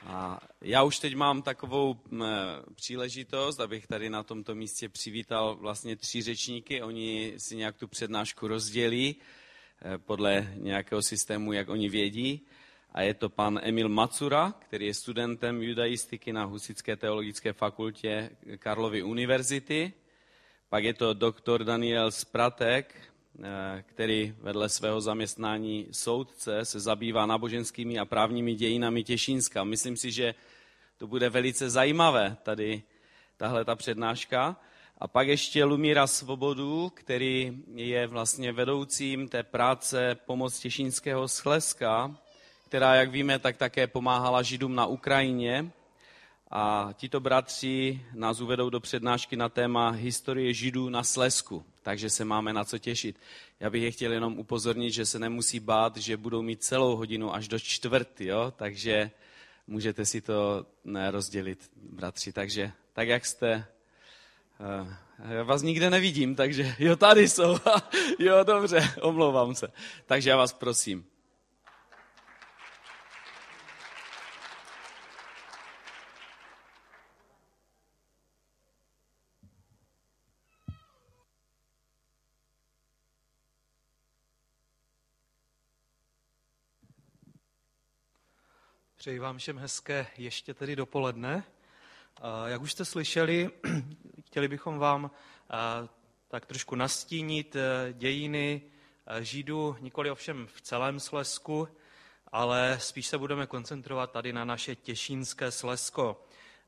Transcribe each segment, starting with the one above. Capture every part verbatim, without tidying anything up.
A já už teď mám takovou příležitost, abych tady na tomto místě přivítal vlastně tři řečníky. Oni si nějak tu přednášku rozdělí podle nějakého systému, jak oni vědí. A je to pan Emil Macura, který je studentem judaistiky na Husitské teologické fakultě Karlovy univerzity. Pak je to doktor Daniel Spratek, který vedle svého zaměstnání soudce se zabývá náboženskými a právními dějinami Těšínska. Myslím si, že to bude velice zajímavé, tady tahle ta přednáška. A pak ještě Lumíra Svobodu, který je vlastně vedoucím té práce Pomoc Těšínského Slezska, která, jak víme, tak také pomáhala Židům na Ukrajině. A tito bratři nás uvedou do přednášky na téma historie Židů na Slezsku, takže se máme na co těšit. Já bych je chtěl jenom upozornit, že se nemusí bát, že budou mít celou hodinu až do čtvrty, jo? Takže můžete si to rozdělit, bratři. Takže tak, jak jste, já vás nikde nevidím, takže jo, tady jsou, jo, dobře, omlouvám se. Takže já vás prosím. Přeji vám všem hezké ještě tedy dopoledne. Jak už jste slyšeli, chtěli bychom vám tak trošku nastínit dějiny Židů, nikoli ovšem v celém Slezsku, ale spíš se budeme koncentrovat tady na naše Těšínské Slezsko.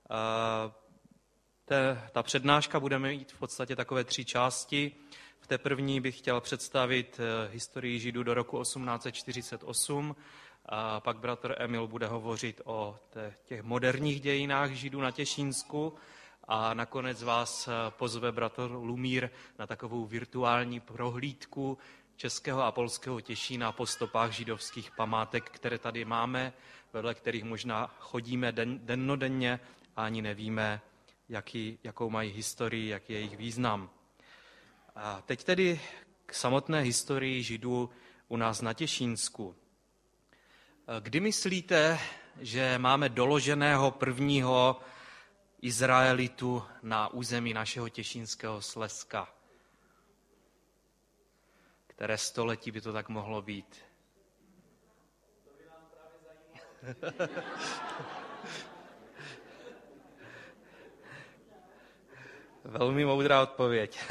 Ta přednáška bude mít v podstatě takové tři části. V té první bych chtěl představit historii Židů do roku osmnáct set čtyřicet osm, a pak bratr Emil bude hovořit o těch moderních dějinách Židů na Těšínsku a nakonec vás pozve bratr Lumír na takovou virtuální prohlídku českého a polského Těšína po stopách židovských památek, které tady máme, vedle kterých možná chodíme den, dennodenně a ani nevíme, jaký, jakou mají historii, jaký je jejich význam. A teď tedy k samotné historii Židů u nás na Těšínsku. Kdy myslíte, že máme doloženého prvního Izraelitu na území našeho Těšínského Slezska? Které století by to tak mohlo být? To by nás právě zajímalo. Velmi moudrá odpověď.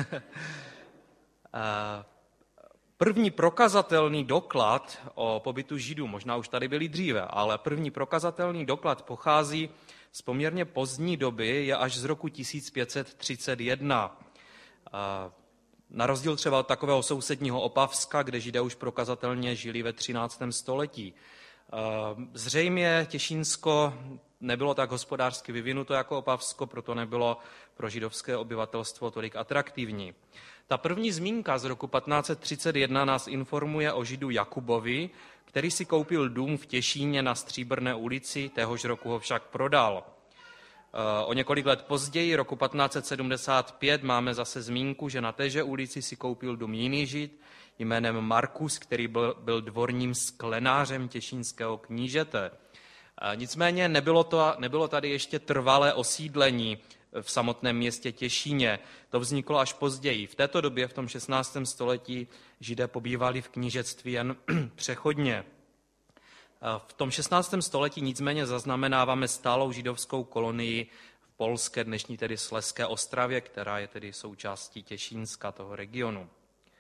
První prokazatelný doklad o pobytu Židů, možná už tady byli dříve, ale první prokazatelný doklad pochází z poměrně pozdní doby, je až z roku tisíc pět set třicet jedna. Na rozdíl třeba od takového sousedního Opavska, kde Židé už prokazatelně žili ve třináctém století. Zřejmě Těšínsko nebylo tak hospodářsky vyvinuto jako Opavsko, proto nebylo pro židovské obyvatelstvo tolik atraktivní. Ta první zmínka z roku patnáct set třicet jedna nás informuje o Židu Jakubovi, který si koupil dům v Těšíně na Stříbrné ulici, téhož roku ho však prodal. O několik let později, roku patnáct set sedmdesát pět, máme zase zmínku, že na téže ulici si koupil dům jiný Žid jménem Markus, který byl, byl dvorním sklenářem těšínského knížete. Nicméně nebylo, to, nebylo tady ještě trvalé osídlení v samotném městě Těšíně. To vzniklo až později. V této době, v tom šestnáctém století, Židé pobývali v knížectví jen přechodně. V tom šestnáctém století nicméně zaznamenáváme stálou židovskou kolonii v polské, dnešní tedy Slezské Ostravě, která je tedy součástí Těšínska, toho regionu.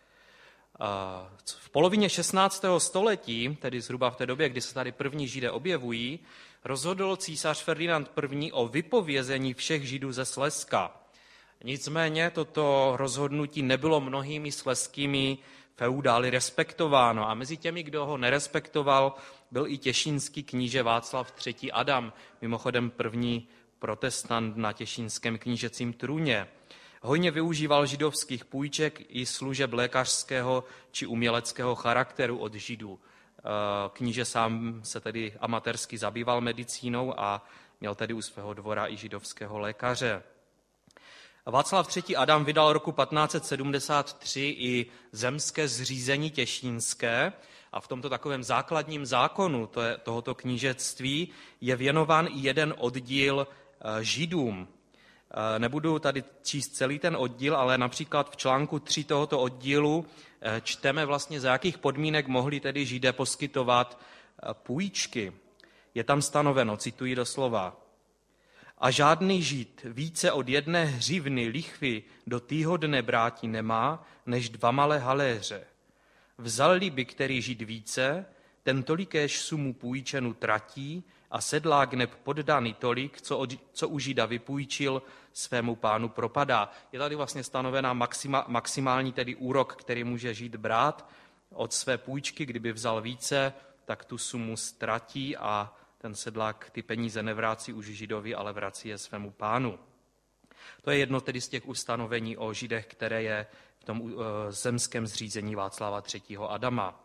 V polovině šestnáctého století, tedy zhruba v té době, kdy se tady první Židé objevují, rozhodl císař Ferdinand I. o vypovězení všech Židů ze Slezska. Nicméně toto rozhodnutí nebylo mnohými slezskými feudály respektováno a mezi těmi, kdo ho nerespektoval, byl i těšínský kníže Václav třetí. Adam, mimochodem první protestant na těšínském knížecím trůně. Hojně využíval židovských půjček i služeb lékařského či uměleckého charakteru od Židů. Kníže sám se tedy amatérsky zabýval medicínou a měl tedy u svého dvora i židovského lékaře. Václav třetí. Adam vydal roku patnáct set sedmdesát tři i zemské zřízení těšínské a v tomto takovém základním zákonu to je, tohoto knížectví je věnován i jeden oddíl Židům. Nebudu tady číst celý ten oddíl, ale například v článku tři tohoto oddílu čteme vlastně, za jakých podmínek mohli tedy Židé poskytovat půjčky. Je tam stanoveno, cituji doslova, a žádný Žid více od jedné hřivny lichvy do týho dne brátí nemá, než dva malé haléře. Vzal-li by který Žid více, ten tolikéž sumu půjčenu tratí a sedlák neb poddaný tolik, co, od, co u Žida vypůjčil, svému pánu propadá. Je tady vlastně stanovená maxima, maximální tedy úrok, který může Žid brát od své půjčky. Kdyby vzal více, tak tu sumu ztratí a ten sedlák ty peníze nevrácí už Židovi, ale vrací je svému pánu. To je jedno tedy z těch ustanovení o Židech, které je v tom uh, zemském zřízení Václava třetího. Adama.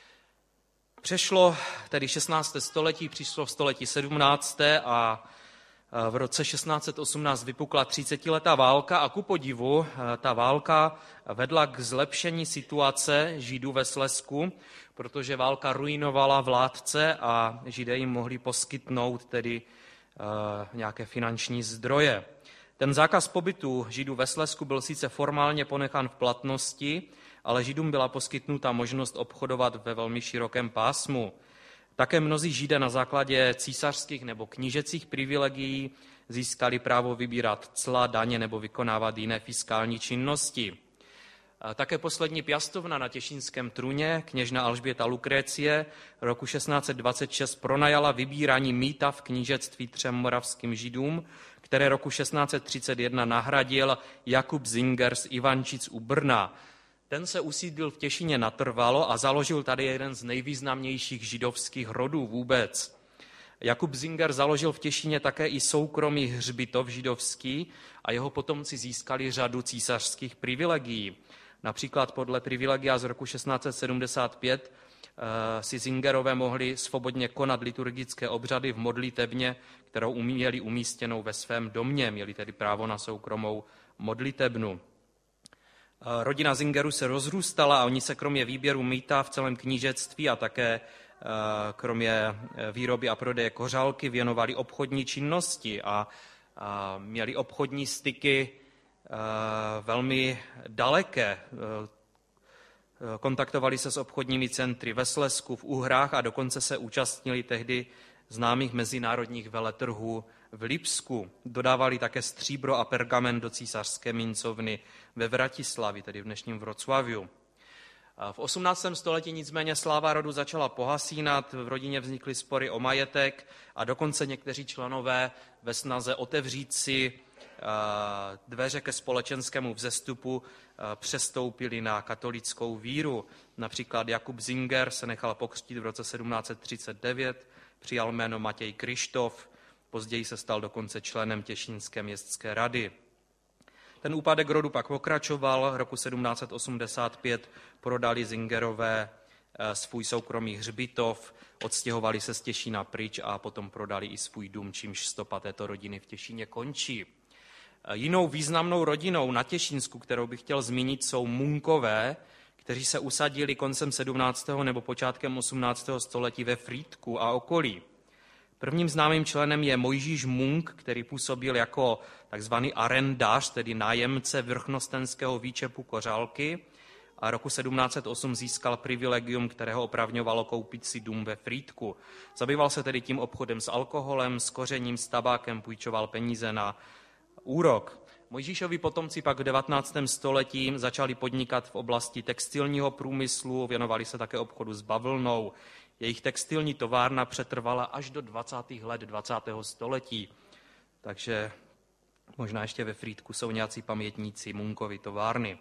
Přešlo tedy šestnácté století, přišlo v století sedmnácté a v roce šestnáct set osmnáct vypukla třicetiletá válka a ku podivu ta válka vedla k zlepšení situace Židů ve Slezsku, protože válka ruinovala vládce a Židé jim mohli poskytnout tedy nějaké finanční zdroje. Ten zákaz pobytu Židů ve Slezsku byl sice formálně ponechán v platnosti, ale Židům byla poskytnuta možnost obchodovat ve velmi širokém pásmu. Také mnozí Židé na základě císařských nebo knížecích privilegií získali právo vybírat cla, daně nebo vykonávat jiné fiskální činnosti. Také poslední pěstovna na těšínském trůně, kněžna Alžběta Lukrécie, roku šestnáct set dvacet šest pronajala vybírání mýta v knížectví třem moravským Židům, které roku šestnáct set třicet jedna nahradil Jakub Zinger z Ivančic u Brna. Ten se usídlil v Těšíně natrvalo a založil tady jeden z nejvýznamnějších židovských rodů vůbec. Jakub Zinger založil v Těšíně také i soukromý hřbitov židovský a jeho potomci získali řadu císařských privilegií. Například podle privilegia z roku šestnáct set sedmdesát pět si Zingerové mohli svobodně konat liturgické obřady v modlitebně, kterou měli umístěnou ve svém domě, měli tedy právo na soukromou modlitebnu. Rodina Zingerů se rozrůstala a oni se kromě výběru mýta v celém knížectví a také kromě výroby a prodeje kořálky věnovali obchodní činnosti a měli obchodní styky velmi daleké. Kontaktovali se s obchodními centry ve Slezsku, v Uhrách a dokonce se účastnili tehdy známých mezinárodních veletrhů v Lipsku. Dodávali také stříbro a pergamen do císařské mincovny ve Vratislavi, tedy v dnešním Vroclaviu. V osmnáctém století nicméně sláva rodu začala pohasínat, v rodině vznikly spory o majetek a dokonce někteří členové ve snaze otevřít si dveře ke společenskému vzestupu přestoupili na katolickou víru. Například Jakub Zinger se nechal pokřtít v roce sedmnáct set třicet devět, přijal jméno Matěj Kryštof, později se stal dokonce členem Těšínské městské rady. Ten úpadek rodu pak pokračoval, roku sedmnáct set osmdesát pět prodali Zingerové svůj soukromý hřbitov, odstěhovali se z Těšína pryč a potom prodali i svůj dům, čímž stopa této rodiny v Těšíně končí. Jinou významnou rodinou na Těšínsku, kterou bych chtěl zmínit, jsou Munkové, kteří se usadili koncem sedmnáctého nebo počátkem osmnáctého století ve Frýdku a okolí. Prvním známým členem je Mojžíš Munk, který působil jako takzvaný arendář, tedy nájemce vrchnostenského výčepu kořálky a roku sedmnáct set osm získal privilegium, které ho opravňovalo koupit si dům ve Frýdku. Zabýval se tedy tím obchodem s alkoholem, s kořením, s tabákem, půjčoval peníze na úrok. Mojžíšovi potomci pak v devatenáctém století začali podnikat v oblasti textilního průmyslu, věnovali se také obchodu s bavlnou. Jejich textilní továrna přetrvala až do dvacátých let dvacátého století. Takže možná ještě ve Frýdku jsou nějací pamětníci Munkovy továrny.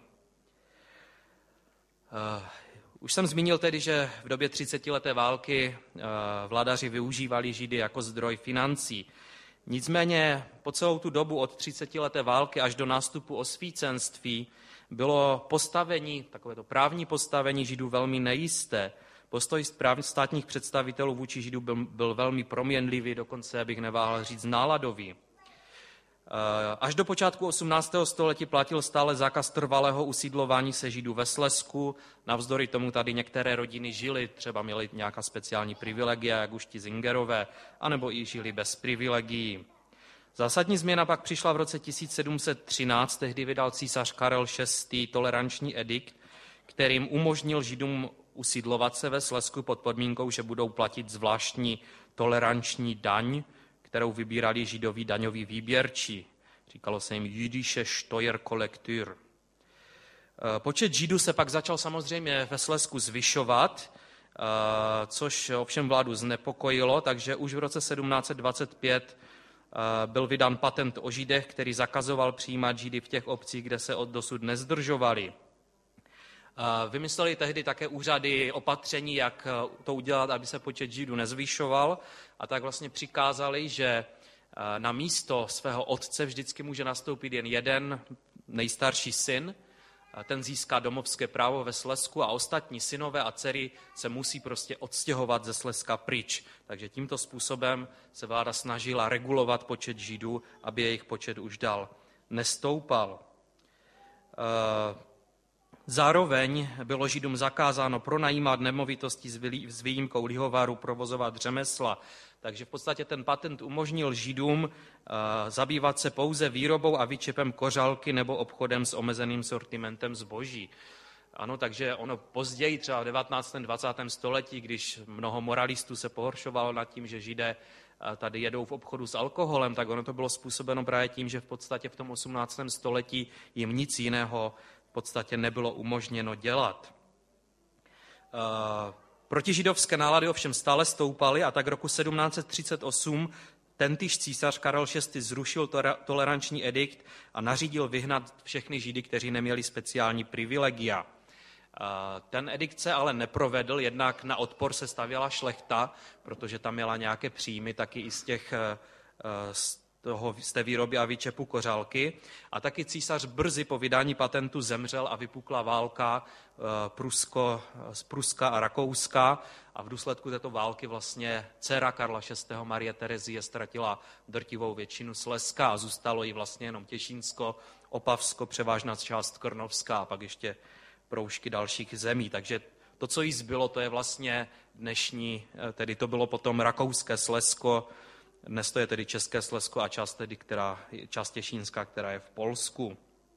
Už jsem zmínil tedy, že v době třicetileté války vladaři využívali Židy jako zdroj financí. Nicméně po celou tu dobu od třicetileté války až do nástupu osvícenství bylo postavení, takovéto právní postavení Židů velmi nejisté. Postoj státních představitelů vůči Židů byl, byl velmi proměnlivý, dokonce bych neváhal říct náladový. Až do počátku osmnáctého století platil stále zákaz trvalého usídlování se Židů ve Slezsku. Navzdory tomu tady některé rodiny žily, třeba měly nějaká speciální privilegia, jak už ti Zingerové, anebo i žili bez privilegií. Zásadní změna pak přišla v roce tisíc sedm set třináct, tehdy vydal císař Karel šestý toleranční edikt, kterým umožnil Židům usídlovat se ve Slezsku pod podmínkou, že budou platit zvláštní toleranční daň, kterou vybírali židoví daňoví výběrčí. Říkalo se jim jüdische Steuerkollektur. Počet Židů se pak začal samozřejmě ve Slezsku zvyšovat, což ovšem vládu znepokojilo, takže už v roce sedmnáct set dvacet pět byl vydán patent o Židech, který zakazoval přijímat Židy v těch obcích, kde se od dosud nezdržovali. Vymysleli tehdy také úřady opatření, jak to udělat, aby se počet Židů nezvyšoval, a tak vlastně přikázali, že na místo svého otce vždycky může nastoupit jen jeden nejstarší syn, ten získá domovské právo ve Slezsku a ostatní synové a dcery se musí prostě odstěhovat ze Slezska pryč. Takže tímto způsobem se vláda snažila regulovat počet Židů, aby jejich počet už dál nestoupal. Zároveň bylo Židům zakázáno pronajímat nemovitosti s výjimkou lihovaru, provozovat řemesla. Takže v podstatě ten patent umožnil Židům zabývat se pouze výrobou a výčepem kořalky nebo obchodem s omezeným sortimentem zboží. Ano, takže ono později, třeba v devatenáctém dvacátém století, když mnoho moralistů se pohoršovalo nad tím, že Židé tady jedou v obchodu s alkoholem, tak ono to bylo způsobeno právě tím, že v podstatě v tom osmnáctém století jim nic jiného v podstatě nebylo umožněno dělat. Protižidovské nálady ovšem stále stoupaly a tak roku sedmnáct set třicet osm tentýž císař Karel šestý zrušil toleranční edikt a nařídil vyhnat všechny Židy, kteří neměli speciální privilegia. Ten edikt se ale neprovedl, jednak na odpor se stavěla šlechta, protože tam měla nějaké příjmy taky i z těch z toho, z té výroby a výčepu kořalky. A taky císař brzy po vydání patentu zemřel a vypukla válka Prusko, z Pruska a Rakouska a v důsledku této války vlastně dcera Karla šestého Marie Terezie ztratila drtivou většinu Slezska a zůstalo jí vlastně jenom Těšínsko, Opavsko, převážná část Krnovska a pak ještě proužky dalších zemí. Takže to, co jí zbylo, to je vlastně dnešní, tedy to bylo potom rakouské Slezsko, dnes to je tedy České Slezsko a část, tedy, která, část Těšínska, která je v Polsku.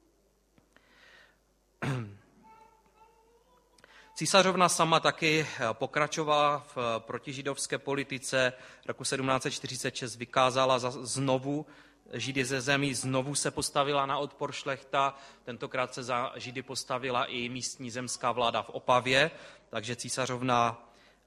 Císařovna sama taky pokračovala v protižidovské politice. Roku sedmnáct set čtyřicet šest vykázala za, znovu Židy ze zemí, znovu se postavila na odpor šlechta, tentokrát se za Židy postavila i místní zemská vláda v Opavě, takže císařovna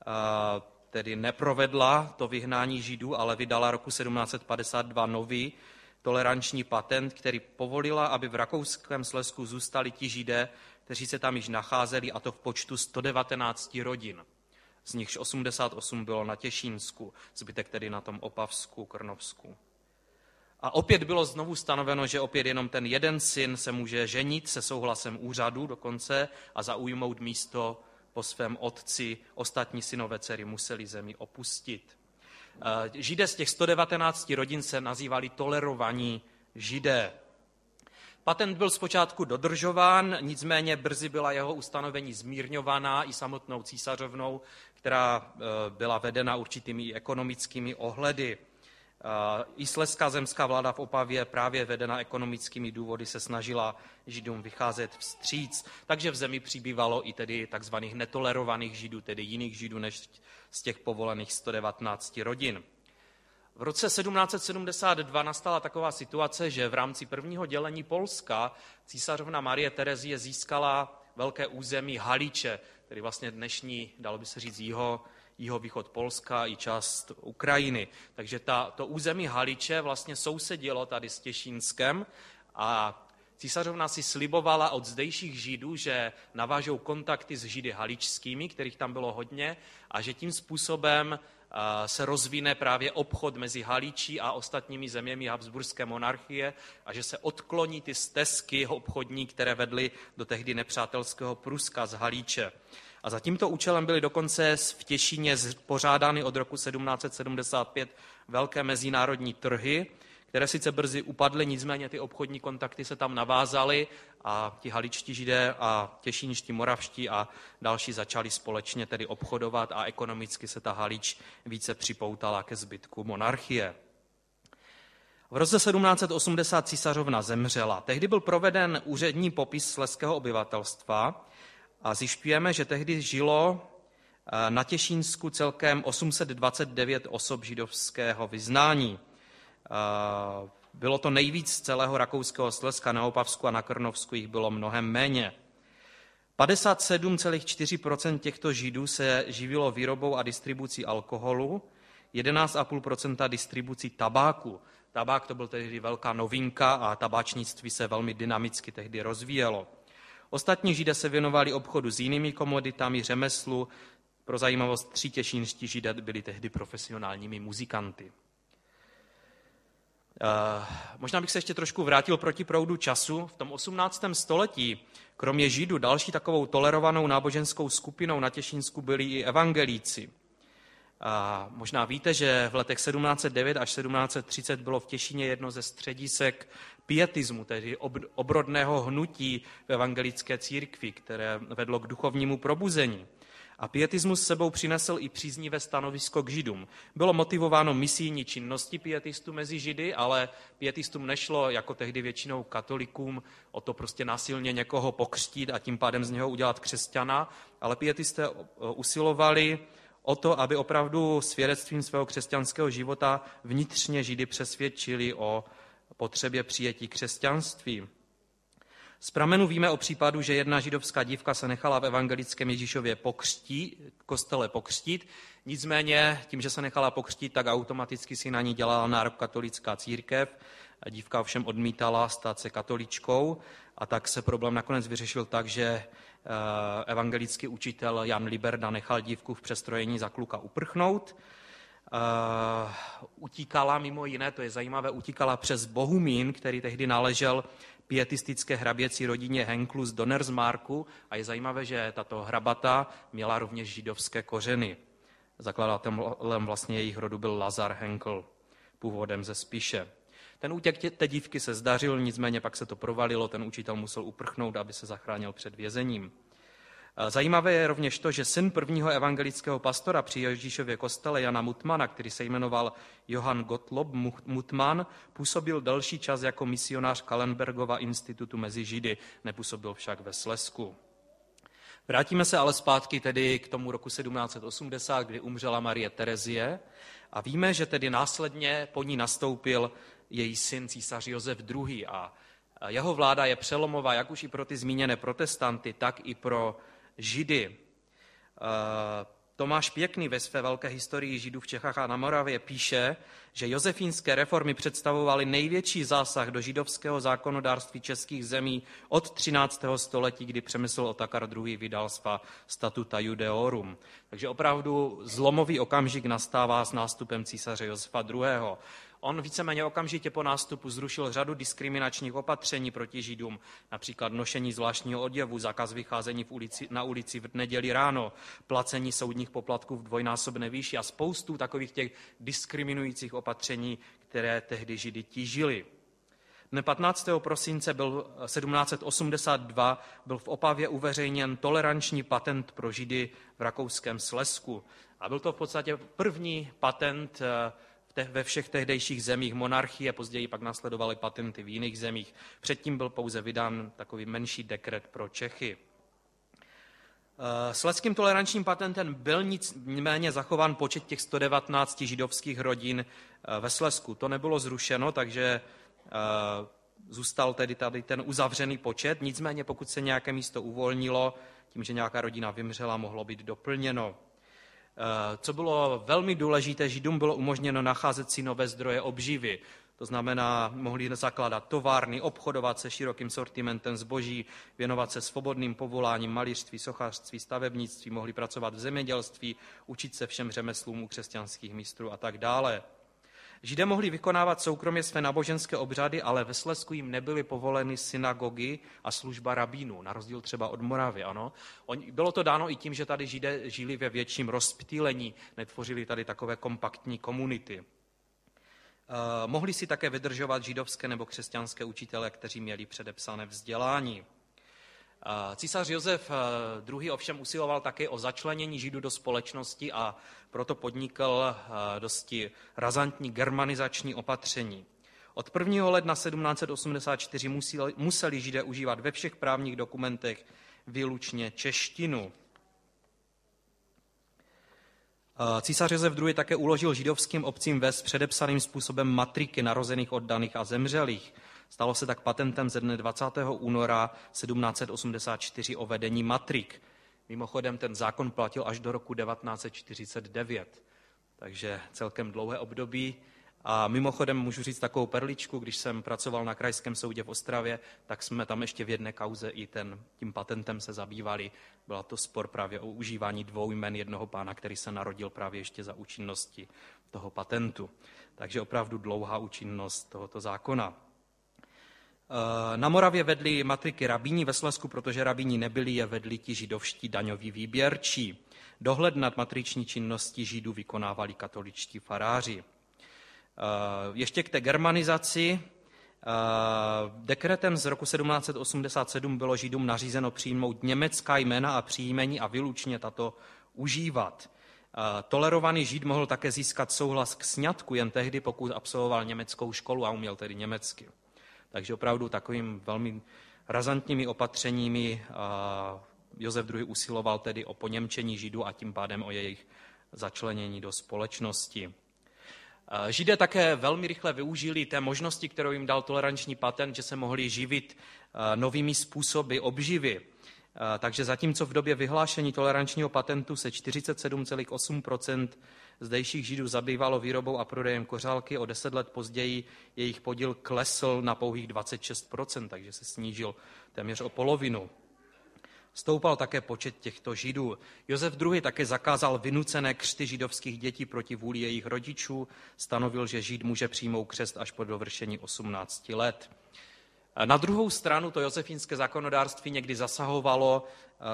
tedy neprovedla to vyhnání Židů, ale vydala roku sedmnáct set padesát dva nový toleranční patent, který povolila, aby v rakouském Slezsku zůstali ti Židé, kteří se tam již nacházeli, a to v počtu sto devatenáct rodin. Z nichž osmdesát osm bylo na Těšínsku, zbytek tedy na tom Opavsku, Krnovsku. A opět bylo znovu stanoveno, že opět jenom ten jeden syn se může ženit se souhlasem úřadu dokonce a zaujmout místo po svém otci. Ostatní synové dcery museli zemi opustit. Židé z těch sto devatenáct rodin se nazývali tolerovaní Židé. Patent byl zpočátku dodržován, nicméně brzy byla jeho ustanovení zmírňovaná i samotnou císařovnou, která byla vedena určitými ekonomickými ohledy. I slezská zemská vláda v Opavě právě vedena ekonomickými důvody se snažila Židům vycházet vstříc, takže v zemi přibývalo i tedy takzvaných netolerovaných Židů, tedy jiných Židů než z těch povolených sto devatenáct rodin. V roce sedmnáct set sedmdesát dva nastala taková situace, že v rámci prvního dělení Polska císařovna Marie Terezie získala velké území Haliče, tedy vlastně dnešní, dalo by se říct, jiho, jihovýchod Polska i část Ukrajiny. Takže ta, to území Haliče vlastně sousedilo tady s Těšínskem a císařovna si slibovala od zdejších Židů, že navážou kontakty s Židy haličskými, kterých tam bylo hodně, a že tím způsobem se rozvine právě obchod mezi Haličí a ostatními zeměmi Habsburské monarchie a že se odkloní ty stezky obchodní, které vedly do tehdy nepřátelského Pruska z Halíče. A za tímto účelem byly dokonce v Těšíně pořádány od roku sedmnáct set sedmdesát pět velké mezinárodní trhy, které sice brzy upadly, nicméně ty obchodní kontakty se tam navázaly a ti haličtí Židé a těšínští, moravští a další začali společně tedy obchodovat a ekonomicky se ta Halič více připoutala ke zbytku monarchie. V roce sedmnáct set osmdesát císařovna zemřela. Tehdy byl proveden úřední popis slezského obyvatelstva a zjišťujeme, že tehdy žilo na Těšínsku celkem osm set dvacet devět osob židovského vyznání. Bylo to nejvíc z celého rakouského Slezska, na Opavsku a na Krnovsku jich bylo mnohem méně. padesát sedm celá čtyři procenta těchto Židů se živilo výrobou a distribucí alkoholu, jedenáct celá pět procenta distribucí tabáku. Tabák to byl tehdy velká novinka a tabáčnictví se velmi dynamicky tehdy rozvíjelo. Ostatní Židé se věnovali obchodu s jinými komoditami, řemeslu. Pro zajímavost, tři těšínští Židé byli tehdy profesionálními muzikanty. Uh, možná bych se ještě trošku vrátil proti proudu času. V tom osmnáctém století, kromě Židů, další takovou tolerovanou náboženskou skupinou na Těšínsku byli i evangelíci. A možná víte, že v letech sedmnáct set devět až sedmnáct set třicet bylo v Těšíně jedno ze středisek pietismu, tedy obrodného hnutí v evangelické církvi, které vedlo k duchovnímu probuzení. A pietismus s sebou přinesl i příznivé stanovisko k Židům. Bylo motivováno misijní činností pietistů mezi Židy, ale pietistům nešlo, jako tehdy většinou katolikům, o to prostě násilně někoho pokřtít a tím pádem z něho udělat křesťana, ale pietisté usilovali o to, aby opravdu svědectvím svého křesťanského života vnitřně Židy přesvědčili o potřebě přijetí křesťanství. Z pramenu víme o případu, že jedna židovská dívka se nechala v evangelickém Ježíšově pokřtí, kostele pokřtít, nicméně tím, že se nechala pokřtít, tak automaticky si na ní dělala nárok katolická církev. Dívka ovšem odmítala stát se katoličkou a tak se problém nakonec vyřešil tak, že evangelický učitel Jan Liberda nechal dívku v přestrojení za kluka uprchnout. Uh, utíkala mimo jiné, to je zajímavé, utíkala přes Bohumín, který tehdy náležel pietistické hraběcí rodině Henklů z Donnersmarku a je zajímavé, že tato hrabata měla rovněž židovské kořeny. Zakladatelem vlastně jejich rodu byl Lazar Henkel, původem ze Spiše. Ten útěk té dívky se zdařil, nicméně pak se to provalilo, ten učitel musel uprchnout, aby se zachránil před vězením. Zajímavé je rovněž to, že syn prvního evangelického pastora při Ježíšově kostele Jana Mutmana, který se jmenoval Johann Gottlob Mutman, působil delší čas jako misionář Kallenbergova institutu mezi Židy, nepůsobil však ve Slezsku. Vrátíme se ale zpátky tedy k tomu roku sedmnáct set osmdesát, kdy umřela Marie Terezie a víme, že tedy následně po ní nastoupil její syn císař Josef druhý. a jeho vláda je přelomová jak už i pro ty zmíněné protestanty, tak i pro Židy. Tomáš Pěkný ve své velké historii Židů v Čechách a na Moravě píše, že josefínské reformy představovaly největší zásah do židovského zákonodárství českých zemí od třináctého století, kdy Přemysl Otakar druhý. Vydal svá Statuta Judeorum. Takže opravdu zlomový okamžik nastává s nástupem císaře Josefa druhého. On víceméně okamžitě po nástupu zrušil řadu diskriminačních opatření proti Židům, například nošení zvláštního oděvu, zákaz vycházení v ulici, na ulici v neděli ráno, placení soudních poplatků v dvojnásobné výši a spoustu takových těch diskriminujících opatření, které tehdy Židy tížily. Dne patnáctého prosince byl sedmnáct set osmdesát dva byl v Opavě uveřejněn toleranční patent pro Židy v rakouském Slezsku. A byl to v podstatě první patent ve všech tehdejších zemích monarchie, později pak následovaly patenty v jiných zemích. Předtím byl pouze vydán takový menší dekret pro Čechy. Slezským tolerančním patentem byl nicméně zachován počet těch sto devatenáct židovských rodin ve Slezsku. To nebylo zrušeno, takže zůstal tedy tady ten uzavřený počet. Nicméně pokud se nějaké místo uvolnilo, tím, že nějaká rodina vymřela, mohlo být doplněno. Co bylo velmi důležité, Židům bylo umožněno nacházet si nové zdroje obživy. To znamená, mohli zakládat továrny, obchodovat se širokým sortimentem zboží, věnovat se svobodným povoláním, malířství, sochařství, stavebnictví, mohli pracovat v zemědělství, učit se všem řemeslům u křesťanských mistrů a tak dále. Židé mohli vykonávat soukromě své náboženské obřady, ale ve Slezsku jim nebyly povoleny synagogy a služba rabínů, na rozdíl třeba od Moravy. Ano. Bylo to dáno i tím, že tady Židé žili ve větším rozptýlení, netvořili tady takové kompaktní komunity. Mohli si také vydržovat židovské nebo křesťanské učitele, kteří měli předepsané vzdělání. Císař Josef druhý. ovšem usiloval také o začlenění Židů do společnosti a proto podnikl dosti razantní germanizační opatření. Od prvního ledna sedmnáct set osmdesát čtyři museli, museli Židé užívat ve všech právních dokumentech výlučně češtinu. Císař Josef druhý. také uložil židovským obcím vést předepsaným způsobem matriky narozených, oddaných a zemřelých. Stalo se tak patentem ze dne dvacátého února sedmnáct set osmdesát čtyři o vedení matrik. Mimochodem ten zákon platil až do roku devatenáct set čtyřicet devět, takže celkem dlouhé období. A mimochodem můžu říct takovou perličku, když jsem pracoval na Krajském soudě v Ostravě, tak jsme tam ještě v jedné kauze i ten, tím patentem se zabývali. Byla to spor právě o užívání dvou jmen jednoho pána, který se narodil právě ještě za účinnosti toho patentu. Takže opravdu dlouhá účinnost tohoto zákona. Na Moravě vedli matriky rabíni, ve Slezsku, protože rabíni nebyli, je vedli ti židovští daňoví výběrčí. Dohled nad matriční činností Židů vykonávali katoličtí faráři. Ještě k té germanizaci. Dekretem z roku sedmnáct set osmdesát sedm bylo Židům nařízeno přijmout německá jména a příjmení a výlučně tato užívat. Tolerovaný Žid mohl také získat souhlas k sňatku jen tehdy, pokud absolvoval německou školu a uměl tedy německy. Takže opravdu takovým velmi razantními opatřeními Josef druhý. usiloval tedy o poněmčení Židů a tím pádem o jejich začlenění do společnosti. Židé také velmi rychle využili té možnosti, kterou jim dal toleranční patent, že se mohli živit novými způsoby obživy. Takže zatímco v době vyhlášení tolerančního patentu se čtyřicet sedm celá osm procent zdejších Židů zabývalo výrobou a prodejem kořálky, o deset let později jejich podíl klesl na pouhých dvacet šest procent, takže se snížil téměř o polovinu. Stoupal také počet těchto Židů. Josef druhý. také zakázal vynucené křty židovských dětí proti vůli jejich rodičů. Stanovil, že Žid může přijmout křest až po dovršení osmnácti let. Na druhou stranu to josefínské zákonodárství někdy zasahovalo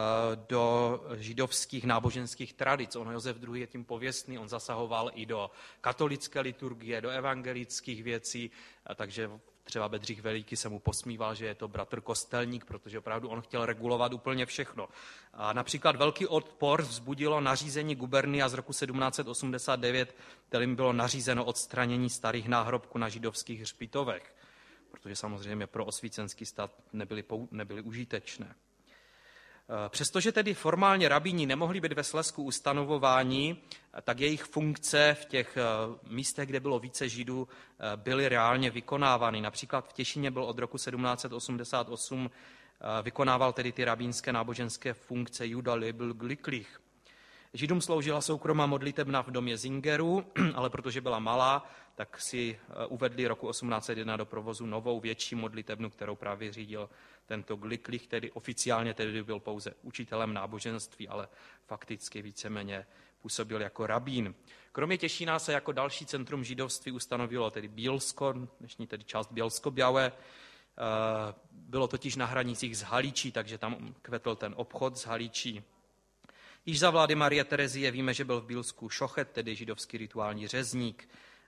do židovských náboženských tradic. On Josef druhý. je tím pověstný, on zasahoval i do katolické liturgie, do evangelických věcí, takže třeba Bedřich Veliký se mu posmíval, že je to bratr kostelník, protože opravdu on chtěl regulovat úplně všechno. A například velký odpor vzbudilo nařízení gubernia z roku sedmnáct set osmdesát devět, kterým bylo nařízeno odstranění starých náhrobků na židovských hřbitovech, protože samozřejmě pro osvícenský stát nebyly, nebyly užitečné. Přestože tedy formálně rabíni nemohli být ve Slezsku ustanovováni, tak jejich funkce v těch místech, kde bylo více Židů, byly reálně vykonávány. Například v Těšíně byl od roku sedmnáct set osmdesát osm vykonával tedy ty rabínské náboženské funkce Juda Leibl Gliklich. Židům sloužila soukromá modlitebna v domě Zingerů, ale protože byla malá, tak si uvedli roku osmnáct set jedna do provozu novou větší modlitebnu, kterou právě řídil tento Gliklich, který oficiálně tedy byl pouze učitelem náboženství, ale fakticky víceméně působil jako rabín. Kromě Těšína se jako další centrum židovství ustanovilo tedy Bílsko, dnešní tedy část Bělsko-Białé. Bylo totiž na hranicích s Halíčí, takže tam kvetl ten obchod s Halíčí. Již za vlády Marie Terezie víme, že byl v Bílsku šochet, tedy židovský rituální řezník.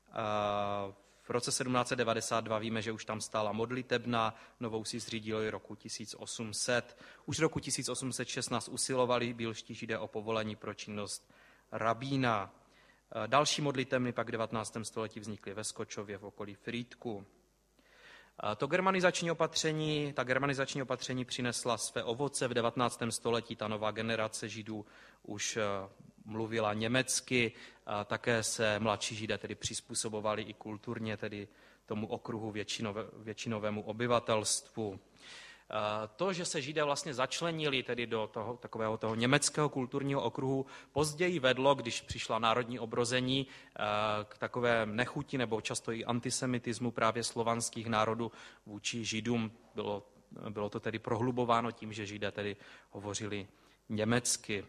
V roce sedmnáct set devadesát dva víme, že už tam stála modlitebna, novou si zřídili roku tisíc osm set. Už roku tisíc osm set šestnáct usilovali bílští Židé o povolení pro činnost rabína. Další modlitebny pak v devatenáctém století vznikly ve Skočově v okolí Frýdku. To germanizační opatření, ta germanizační opatření přinesla své ovoce. V devatenáctém století ta nová generace Židů už mluvila německy, a také se mladší Židé tedy přizpůsobovali i kulturně tedy tomu okruhu většinové, většinovému obyvatelstvu. To, že se Židé vlastně začlenili tedy do toho, takového toho německého kulturního okruhu, později vedlo, když přišla národní obrození, k takové nechuti nebo často i antisemitismu právě slovanských národů vůči Židům. Bylo, bylo to tedy prohlubováno tím, že Židé tedy hovořili německy.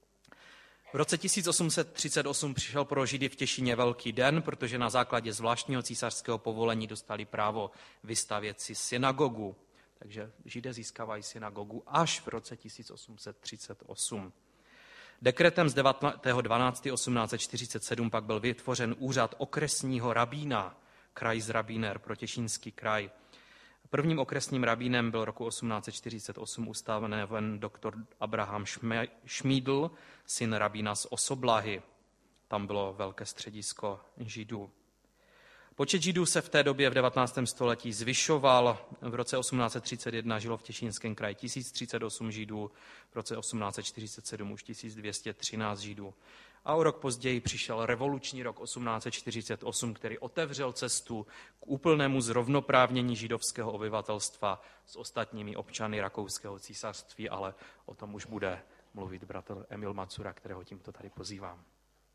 V roce tisíc osm set třicet osm přišel pro Židy v Těšíně velký den, protože na základě zvláštního císařského povolení dostali právo vystavět si synagogu. Takže Židé získávají synagogu až v roce tisíc osm set třicet osm. Dekretem z deváteho dvanáctého osmnáct set čtyřicet sedm pak byl vytvořen úřad okresního rabína. krajsrabíner pro Těšínský kraj. Prvním okresním rabínem byl roku osmnáct set čtyřicet osm ustaven doktor Abraham Šmídl, syn rabína z Osoblahy. Tam bylo velké středisko Židů. Počet Židů se v té době v devatenáctém století zvyšoval. V roce osmnáct set třicet jedna žilo v Těšínském kraji tisíc třicet osm Židů, v roce osmnáct set čtyřicet sedm už tisíc dvě stě třináct Židů. A o rok později přišel revoluční rok osmnáct set čtyřicet osm, který otevřel cestu k úplnému zrovnoprávnění židovského obyvatelstva s ostatními občany Rakouského císařství, ale o tom už bude mluvit bratr Emil Macura, kterého tímto tady pozývám.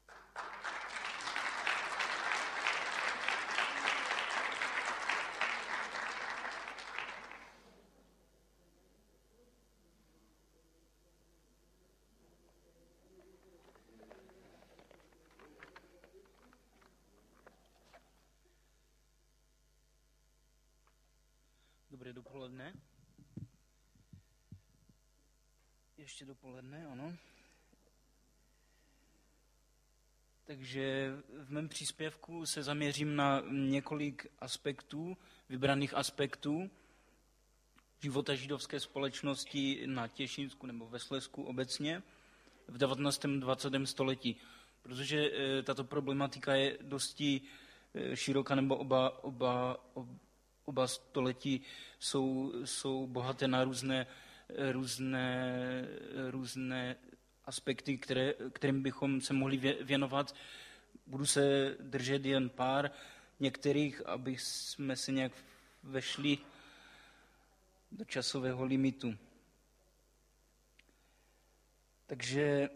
Dobré dopoledne. Ještě dopoledne, ano. Takže v mém příspěvku se zaměřím na několik aspektů, vybraných aspektů života židovské společnosti na Těšínsku nebo ve Slezsku obecně v devatenáctém dvacátém století, protože tato problematika je dosti široká, nebo oba, oba, oba století jsou, jsou bohaté na různé, různé, různé aspekty, které, kterým bychom se mohli věnovat. Budu se držet jen pár některých, aby jsme se nějak vešli do časového limitu. Takže,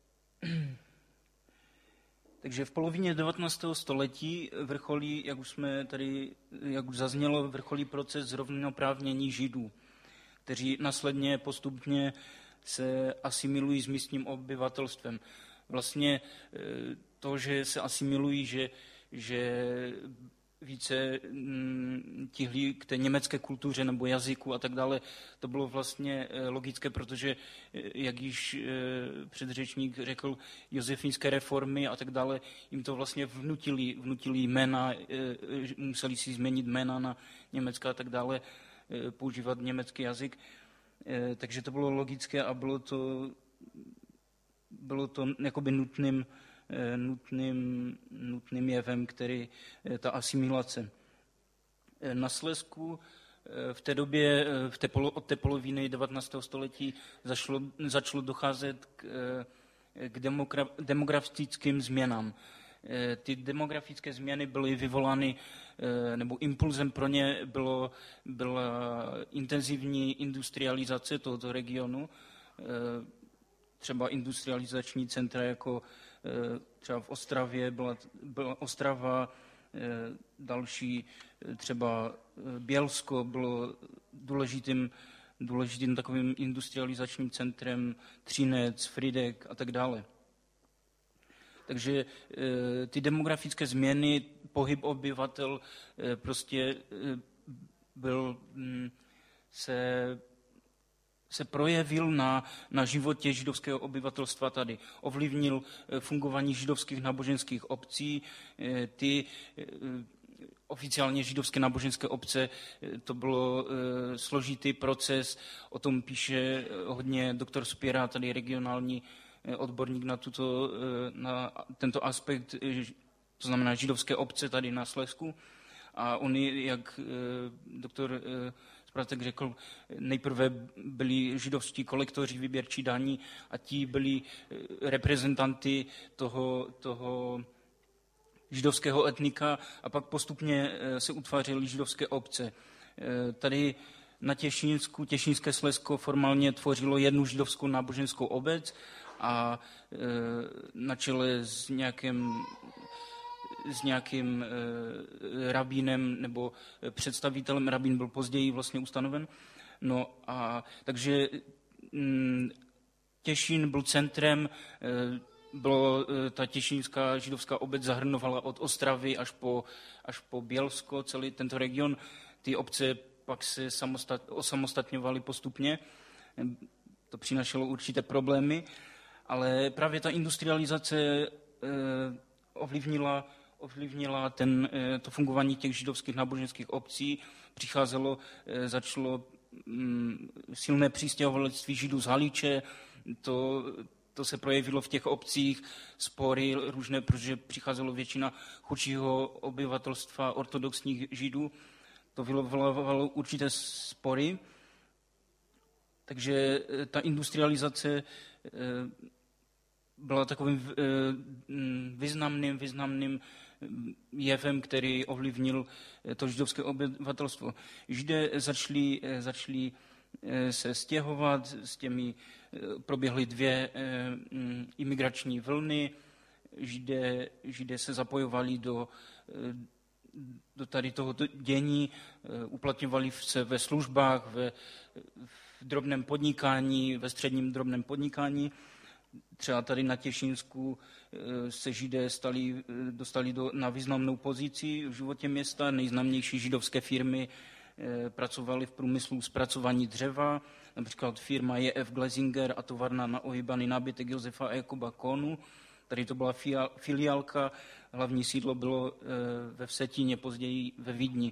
takže v polovině devatenáctého století vrcholí, jak už jsme tady, jak už zaznělo, vrcholí proces zrovnoprávnění Židů, kteří následně postupně se asimilují s místním obyvatelstvem. Vlastně to, že se asimilují, že, že více tihlí k té německé kultuře nebo jazyku a tak dále, to bylo vlastně logické, protože, jak již předřečník řekl, josefínské reformy a tak dále, jim to vlastně vnutili, vnutili jména, museli si změnit jména na německá a tak dále, používat německý jazyk. Takže to bylo logické a bylo to, bylo to jakoby nutným, nutným, nutným jevem, který ta asimilace. Na Slezsku v té době, v té polo, od té poloviny devatenáctého století zašlo, začalo docházet k, k demogra, demografickým změnám. Ty demografické změny byly vyvolány, nebo impulzem pro ně bylo, byla intenzivní industrializace tohoto regionu, třeba industrializační centra jako třeba v Ostravě, byla, byla Ostrava, další třeba Bělsko bylo důležitým, důležitým takovým industrializačním centrem, Třinec, Frýdek a tak dále. Takže ty demografické změny, pohyb obyvatel prostě byl, se, se projevil na, na životě židovského obyvatelstva tady. Ovlivnil fungování židovských náboženských obcí, ty oficiálně židovské náboženské obce, to bylo složitý proces, o tom píše hodně doktor Spěra, tady regionální odborník na, tuto, na tento aspekt, to znamená židovské obce tady na Slezsku. A oni, jak doktor Spratek řekl, nejprve byli židovští kolektoři výběrčí daní a ti byli reprezentanty toho, toho židovského etnika a pak postupně se utvářely židovské obce. Tady na Těšínsku, Těšínské Slezsko formálně tvořilo jednu židovskou náboženskou obec a e, na čele s nějakým, s nějakým e, rabínem nebo představitelem, rabín byl později vlastně ustanoven. No a takže m, Těšín byl centrem, e, bylo, e, ta těšínská židovská obec zahrnovala od Ostravy až po, až po Bělsko, celý tento region. Ty obce pak se samostat, osamostatňovaly postupně. To přinašelo určité problémy. Ale právě ta industrializace eh, ovlivnila, ovlivnila ten, to fungování těch židovských náboženských obcí. Přicházelo, začalo silné přistěhovalectví Židů z Haliče, to, to se projevilo v těch obcích, spory různé, protože přicházelo většina chudšího obyvatelstva ortodoxních Židů. To vyvolávalo určité spory, takže ta industrializace byla takovým významným, významným jevem, který ovlivnil to židovské obyvatelstvo. Židé začali, začali se stěhovat, s těmi proběhly dvě imigrační vlny, Židé, Židé se zapojovali do, do tady tohoto dění, uplatňovali se ve službách, ve, v drobném podnikání, ve středním drobném podnikání. Třeba tady na Těšínsku se Židé stali, dostali do, na významnou pozici v životě města. Nejznámější židovské firmy pracovaly v průmyslu zpracování dřeva, například firma J F Glesinger a továrna na ohýbaný nábytek Josefa a Jakuba Kohnu. Tady to byla filiálka, hlavní sídlo bylo ve Vsetíně, později ve Vídni.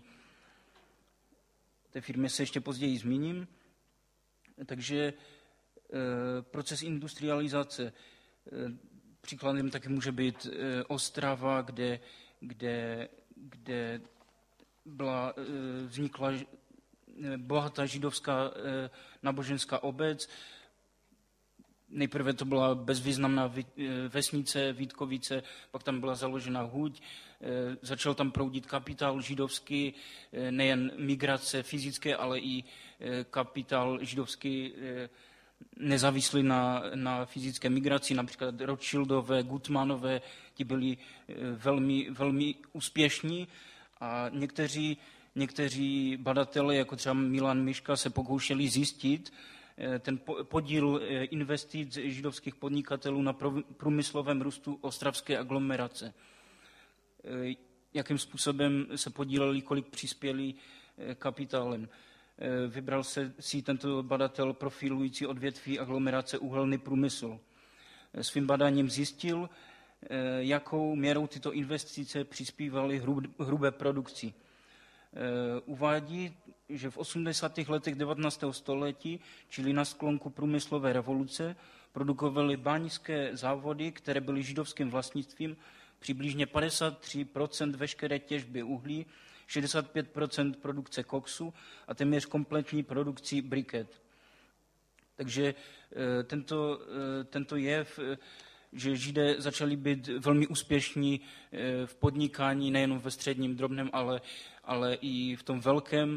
Té firmě se ještě později zmíním. Takže proces industrializace. Příkladem taky může být Ostrava, kde, kde, kde byla, vznikla bohatá židovská náboženská obec. Nejprve to byla bezvýznamná vesnice Vítkovice, pak tam byla založena huť, začal tam proudit kapitál židovský, nejen migrace fyzické, ale i kapitál židovský nezávislí na, na fyzické migraci, například Rothschildové, Gutmanové, ti byli velmi, velmi úspěšní a někteří, někteří badatelé, jako třeba Milan Miška, se pokoušeli zjistit ten podíl investic židovských podnikatelů na průmyslovém růstu ostravské aglomerace. Jakým způsobem se podíleli, kolik přispěli kapitálem. Vybral se si tento badatel profilující odvětví aglomerace uhelný průmysl. Svým badáním zjistil, jakou měrou tyto investice přispívaly hrubé produkci. Uvádí, že v osmdesátých letech devatenáctého století, čili na sklonku průmyslové revoluce, produkovaly báňské závody, které byly židovským vlastnictvím, přibližně padesát tři procent veškeré těžby uhlí, šedesát pět procent produkce koksu a téměř kompletní produkci briket. Takže tento, tento jev, že Židé začali být velmi úspěšní v podnikání, nejen ve středním, drobném, ale, ale i v tom velkém,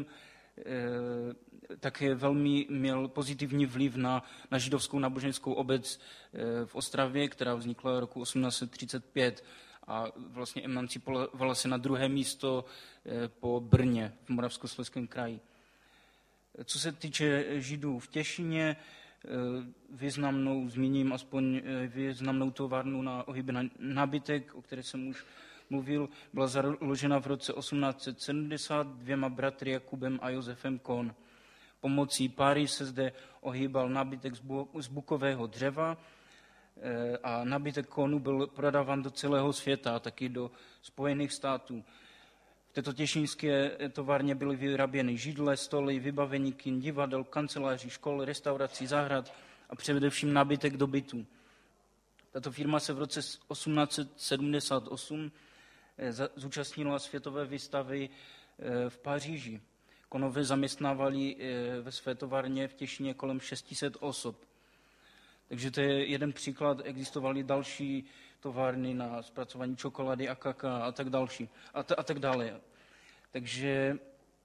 také velmi měl pozitivní vliv na, na židovskou náboženskou obec v Ostravě, která vznikla roku osmnáct set třicet pět a vlastně emancipovala se na druhé místo po Brně v Moravskoslezském kraji. Co se týče Židů v Těšíně, významnou, zmíním aspoň významnou továrnu na ohýbaný nábytek, o které jsem už mluvil, byla založena v roce osmnáct set sedmdesát dvěma bratry Jakubem a Josefem Kohn. Pomocí páry se zde ohýbal nábytek z bukového dřeva a nábytek Kohnu byl prodáván do celého světa, a taky do Spojených států. V této těšínské továrně byly vyráběny židle, stoly, vybavení kin, divadel, kanceláří, škol, restaurací, zahrad a především nábytek do bytu. Tato firma se v roce osmnáct set sedmdesát osm zúčastnila světové výstavy v Paříži. Kohnové zaměstnávali ve své továrně v Těšíně kolem šest set osob. Takže to je jeden příklad, existovaly další továrny na zpracování čokolády a kaká a tak další a, t- a tak dále. Takže,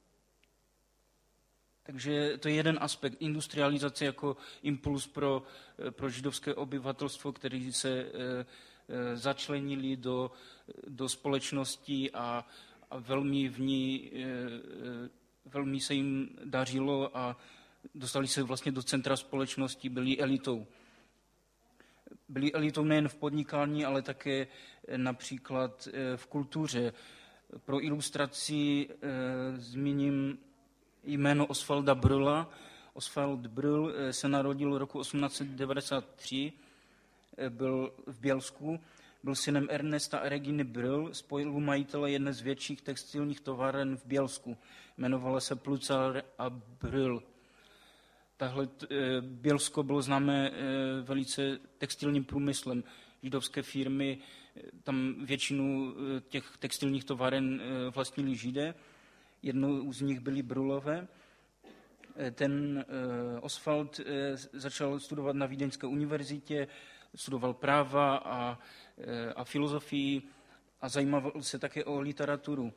takže to je jeden aspekt industrializace jako impuls pro, pro židovské obyvatelstvo, který se e, e, začlenili do, do společnosti a, a velmi v ní e, velmi se jim dařilo a dostali se vlastně do centra společnosti, byli elitou. Byli elitou nejen v podnikání, ale také například v kultuře. Pro ilustraci e, zmíním jméno Osvalda Brülla. Osvald Brüll se narodil roku osmnáct set devadesát tři, byl v Bělsku, Byl synem Ernesta a Reginy Brill, spolumajitele jedné z větších textilních továren v Bělsku. Jmenovala se Plucar a Brill. Tahle Bělsko bylo známé velice textilním průmyslem. Židovské firmy, tam většinu těch textilních továren vlastnili Židé. Jednou z nich byli Brulové. Ten Oswald začal studovat na Vídeňské univerzitě, studoval práva a, a filozofii a zajímal se také o literaturu.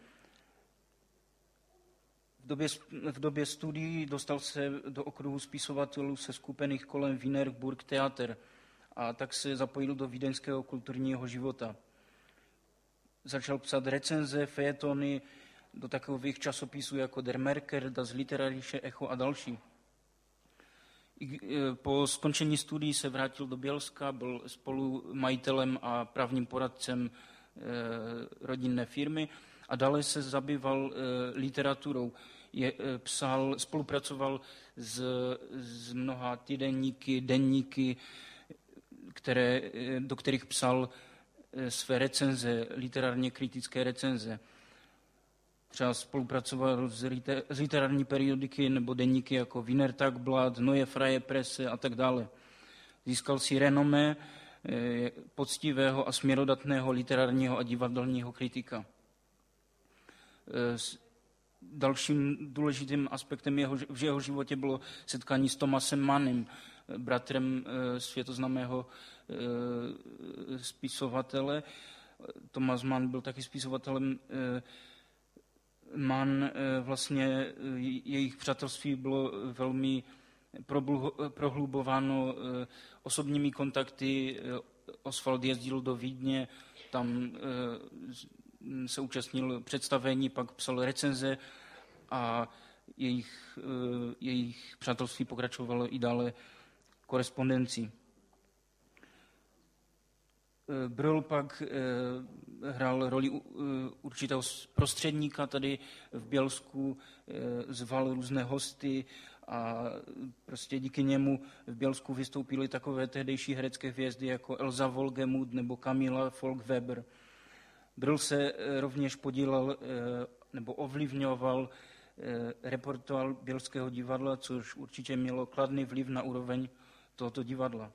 V době, v době studií dostal se do okruhu spisovatelů seskupených kolem Wiener Burgtheater a tak se zapojil do vídeňského kulturního života. Začal psát recenze, fejetony do takových časopisů jako Der Merker, Das Literarische Echo a další. Po skončení studií se vrátil do Bělska, byl spolumajitelem a právním poradcem rodinné firmy a dále se zabýval literaturou. Je, psal, spolupracoval s, s mnoha týdenníky, denníky, které, do kterých psal své recenze, literárně kritické recenze. Třeba spolupracoval s, liter, s literární periodiky nebo denníky jako Wiener Tagblatt, Neue Freie Presse a tak dále. Získal si renomé eh, poctivého a směrodatného literárního a divadelního kritika. Eh, dalším důležitým aspektem jeho, v jeho životě bylo setkání s Thomasem Mannem, bratrem eh, světoznámého eh, spisovatele. Thomas Mann byl taky spisovatelem. Eh, Mann, vlastně jejich přátelství bylo velmi prohlubováno osobními kontakty. Oswald jezdil do Vídně, tam se účastnil představení, pak psal recenze a jejich, jejich přátelství pokračovalo i dále korespondencí. Brill pak hrál roli určitého prostředníka tady v Bělsku, zval různé hosty a prostě díky němu v Bělsku vystoupily takové tehdejší herecké hvězdy jako Elsa Wolgemuth nebo Camilla Folkweber. Brill se rovněž podílel nebo ovlivňoval repertoár Bělského divadla, což určitě mělo kladný vliv na úroveň tohoto divadla.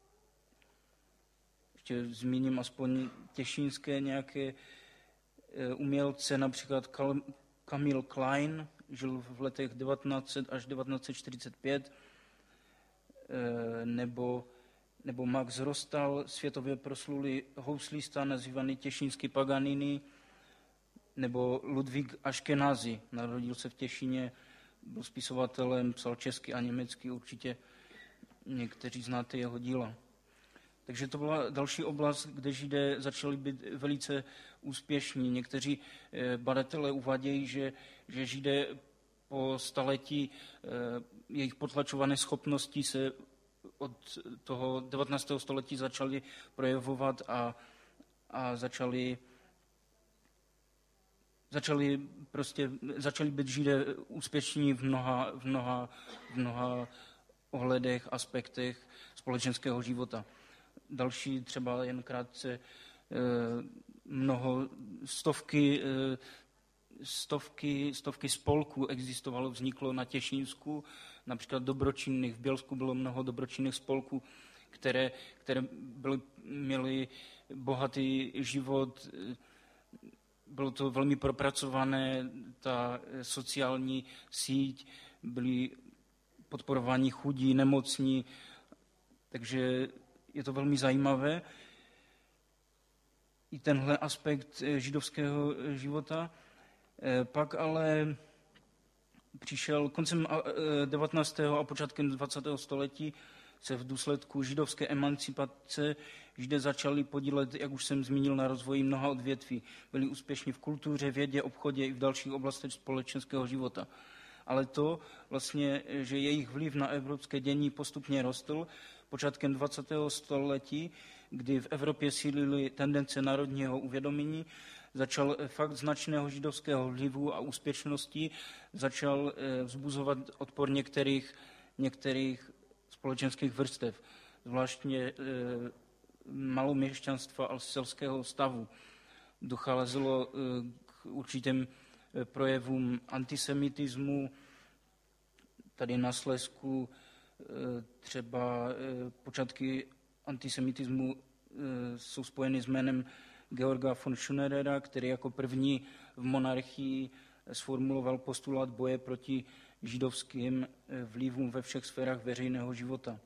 Ještě zmíním aspoň těšínské nějaké umělce, například Camille Klein, žil v letech devatenáct set až devatenáct set čtyřicet pět, nebo, nebo Max Rostal, světově proslulý houslista, nazývaný těšínský Paganini, nebo Ludvík Aškenazi, narodil se v Těšíně, byl spisovatelem, psal česky a německy, určitě někteří znáte jeho díla. Takže to byla další oblast, kde Židé začali být velice úspěšní. Někteří badatelé uvádějí, že, že Židé po staletí jejich potlačované schopnosti se od toho devatenáctého století začaly projevovat a, a začali, začali, prostě, začali být Židé úspěšní v mnoha, v mnoha, v mnoha ohledech, aspektech společenského života. Další třeba jen krátce mnoho stovky, stovky, stovky spolků existovalo, vzniklo na Těšínsku, například dobročinných. V Bělsku bylo mnoho dobročinných spolků, které, které byly, měly bohatý život. Bylo to velmi propracované, ta sociální síť, byli podporováni chudí, nemocní, takže je to velmi zajímavé. I tenhle aspekt židovského života. Pak ale přišel koncem devatenáctého a počátkem dvacátého století se v důsledku židovské emancipace Židé začali podílet, jak už jsem zmínil, na rozvoji mnoha odvětví. Byli úspěšní v kultuře, vědě, obchodě i v dalších oblastech společenského života. Ale to vlastně, že jejich vliv na evropské dění postupně rostl, počátkem dvacátého století, kdy v Evropě sílily tendence národního uvědomění, začal fakt značného židovského vlivu a úspěšnosti, začal vzbuzovat odpor některých, některých společenských vrstev. Zvláštně maloměšťanstva a selského stavu. Docházelo k určitým projevům antisemitismu. Tady na Slezsku třeba počátky antisemitismu jsou spojeny s jménem Georga von Schönerera, který jako první v monarchii sformuloval postulát boje proti židovským vlivům ve všech sférách veřejného života.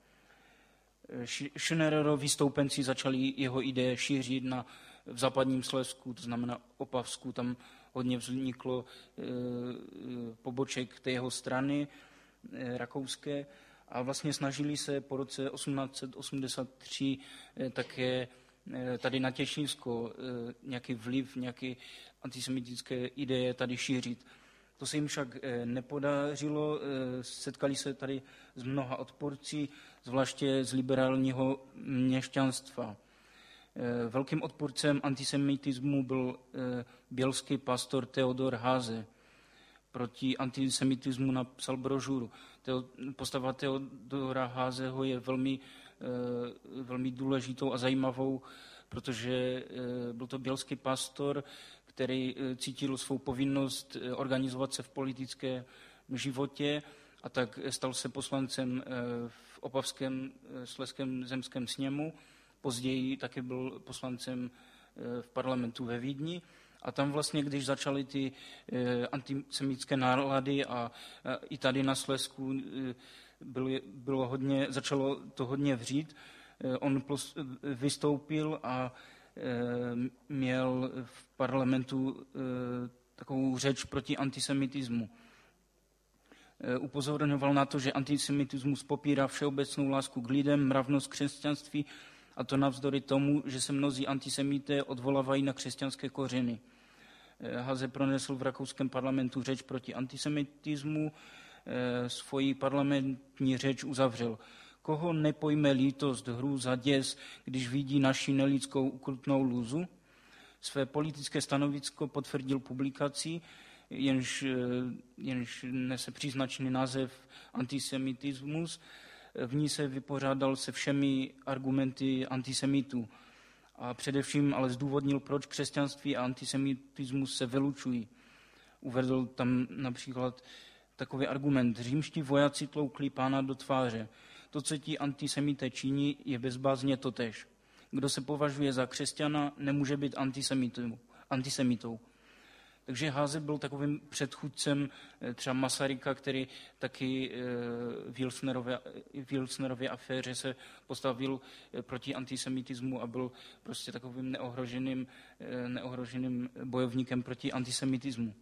Schönererovi stoupenci začali jeho ideje šířit na, v západním Slezsku, to znamená Opavsku, tam hodně vzniklo e, poboček té jeho strany e, rakouské a vlastně snažili se po roce osmnáct set osmdesát tři e, také e, tady na Těšínsko e, nějaký vliv, nějaké antisemitické ideje tady šířit. To se jim však nepodařilo, setkali se tady s mnoha odpůrci, zvláště z liberálního měšťanstva. Velkým odpůrcem antisemitismu byl bělský pastor Theodor Haase. Proti antisemitismu napsal brožuru. Postava Theodora Haaseho je velmi, velmi důležitou a zajímavou, protože byl to bělský pastor, který cítil svou povinnost organizovat se v politickém životě a tak stal se poslancem v Opavském slezském zemském sněmu. Později také byl poslancem v parlamentu ve Vídni. A tam vlastně, když začaly ty antisemitské nálady a i tady na Slezsku bylo, bylo hodně, začalo to hodně vřít, on vystoupil a měl v parlamentu takovou řeč proti antisemitismu. Upozorňoval na to, že antisemitismus popírá všeobecnou lásku k lidem, mravnost křesťanství, a to navzdory tomu, že se mnozí antisemité odvolávají na křesťanské kořeny. Haase pronesl v rakouském parlamentu řeč proti antisemitismu, svoji parlamentní řeč uzavřel. Koho nepojme lítost, hrůza, děs, když vidí naši nelidskou ukrutnou lůzu? Své politické stanovisko potvrdil publikací, jenž, jenž nese příznačný název Antisemitismus. V ní se vypořádal se všemi argumenty antisemitů. A především ale zdůvodnil, proč křesťanství a antisemitismus se vylučují. Uvedl tam například takový argument. Římští vojáci tloukli Pána do tváře. To, co ti antisemité činí, je bezbázně totéž. Kdo se považuje za křesťana, nemůže být antisemitou. Takže Haase byl takovým předchůdcem třeba Masaryka, který taky v Wilsonerově, Wilsonerově aféře se postavil proti antisemitismu a byl prostě takovým neohroženým, neohroženým bojovníkem proti antisemitismu.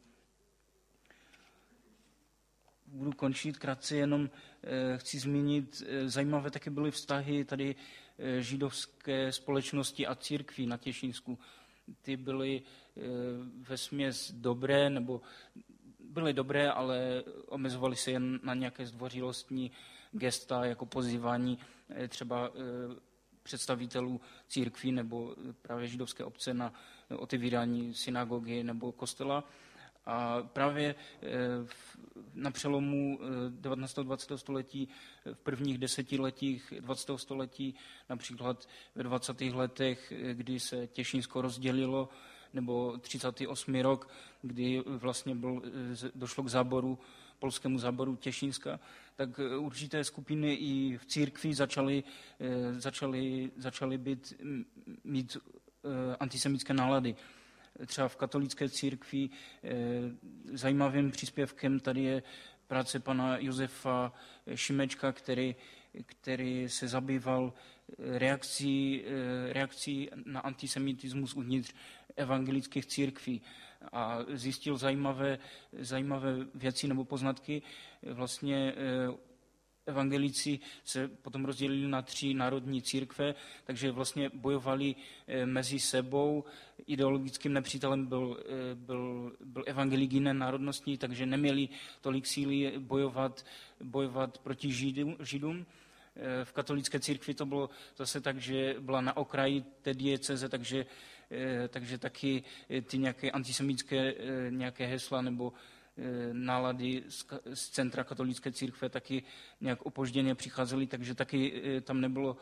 Budu končit krátce, jenom chci zmínit, zajímavé taky byly vztahy tady židovské společnosti a církví na Těšínsku. Ty byly vesměs dobré, nebo byly dobré, ale omezovaly se jen na nějaké zdvořilostní gesta, jako pozývání třeba představitelů církví nebo právě židovské obce na otevírání synagogy nebo kostela. A právě na přelomu devatenáctého a dvacátého století, v prvních desetiletích dvacátého století, například ve dvacátých letech, kdy se Těšínsko rozdělilo, nebo třicátý osmý rok, kdy vlastně byl, došlo k záboru, polskému záboru Těšínska, tak určité skupiny i v církvi začaly, začaly, začaly být, mít antisemitské nálady. Třeba v katolické církvi zajímavým příspěvkem tady je práce pana Josefa Šimečka, který, který se zabýval reakcí, reakcí na antisemitismus uvnitř evangelických církví a zjistil zajímavé, zajímavé věci nebo poznatky. Vlastně evangelici se potom rozdělili na tři národní církve, takže vlastně bojovali mezi sebou. Ideologickým nepřítelem byl, byl, byl evangelik jiné národnosti, takže neměli tolik síly bojovat, bojovat proti Židům. Židům. V katolické církvi to bylo zase tak, že byla na okraji té dieceze, takže, takže taky ty nějaké antisemitské nějaké hesla nebo nálady z centra katolické církve taky nějak opožděně přicházely, takže taky tam nebylo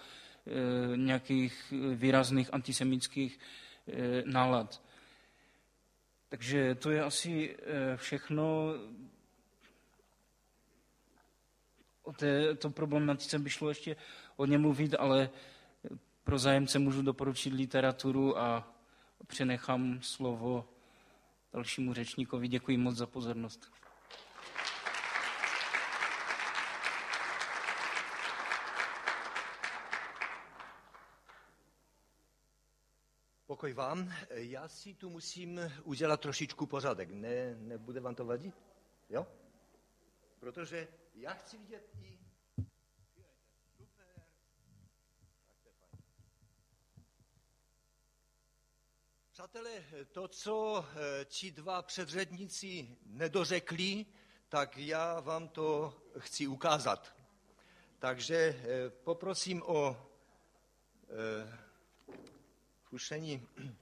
nějakých výrazných antisemických nálad. Takže to je asi všechno. O této problematice by šlo ještě hodně mluvit, ale pro zájemce můžu doporučit literaturu a přenechám slovo dalšímu řečníkovi. Děkuji moc za pozornost. Pokoj vám. Já si tu musím udělat trošičku pořádek. Ne, nebude vám to vadit? Jo? Protože já chci vidět i... Super. Tak to je fajn. Přátelé, to, co ti dva předředníci nedořekli, tak já vám to chci ukázat. Takže poprosím o zkušení.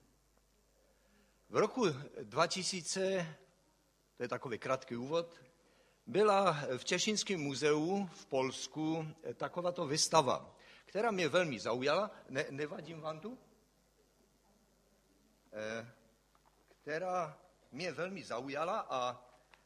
V roku dva tisíce, to je takový krátký úvod, byla v Těšínském muzeu v Polsku takováto výstava, která mě velmi zaujala. Ne, nevadím vám tu? E, která mě velmi zaujala a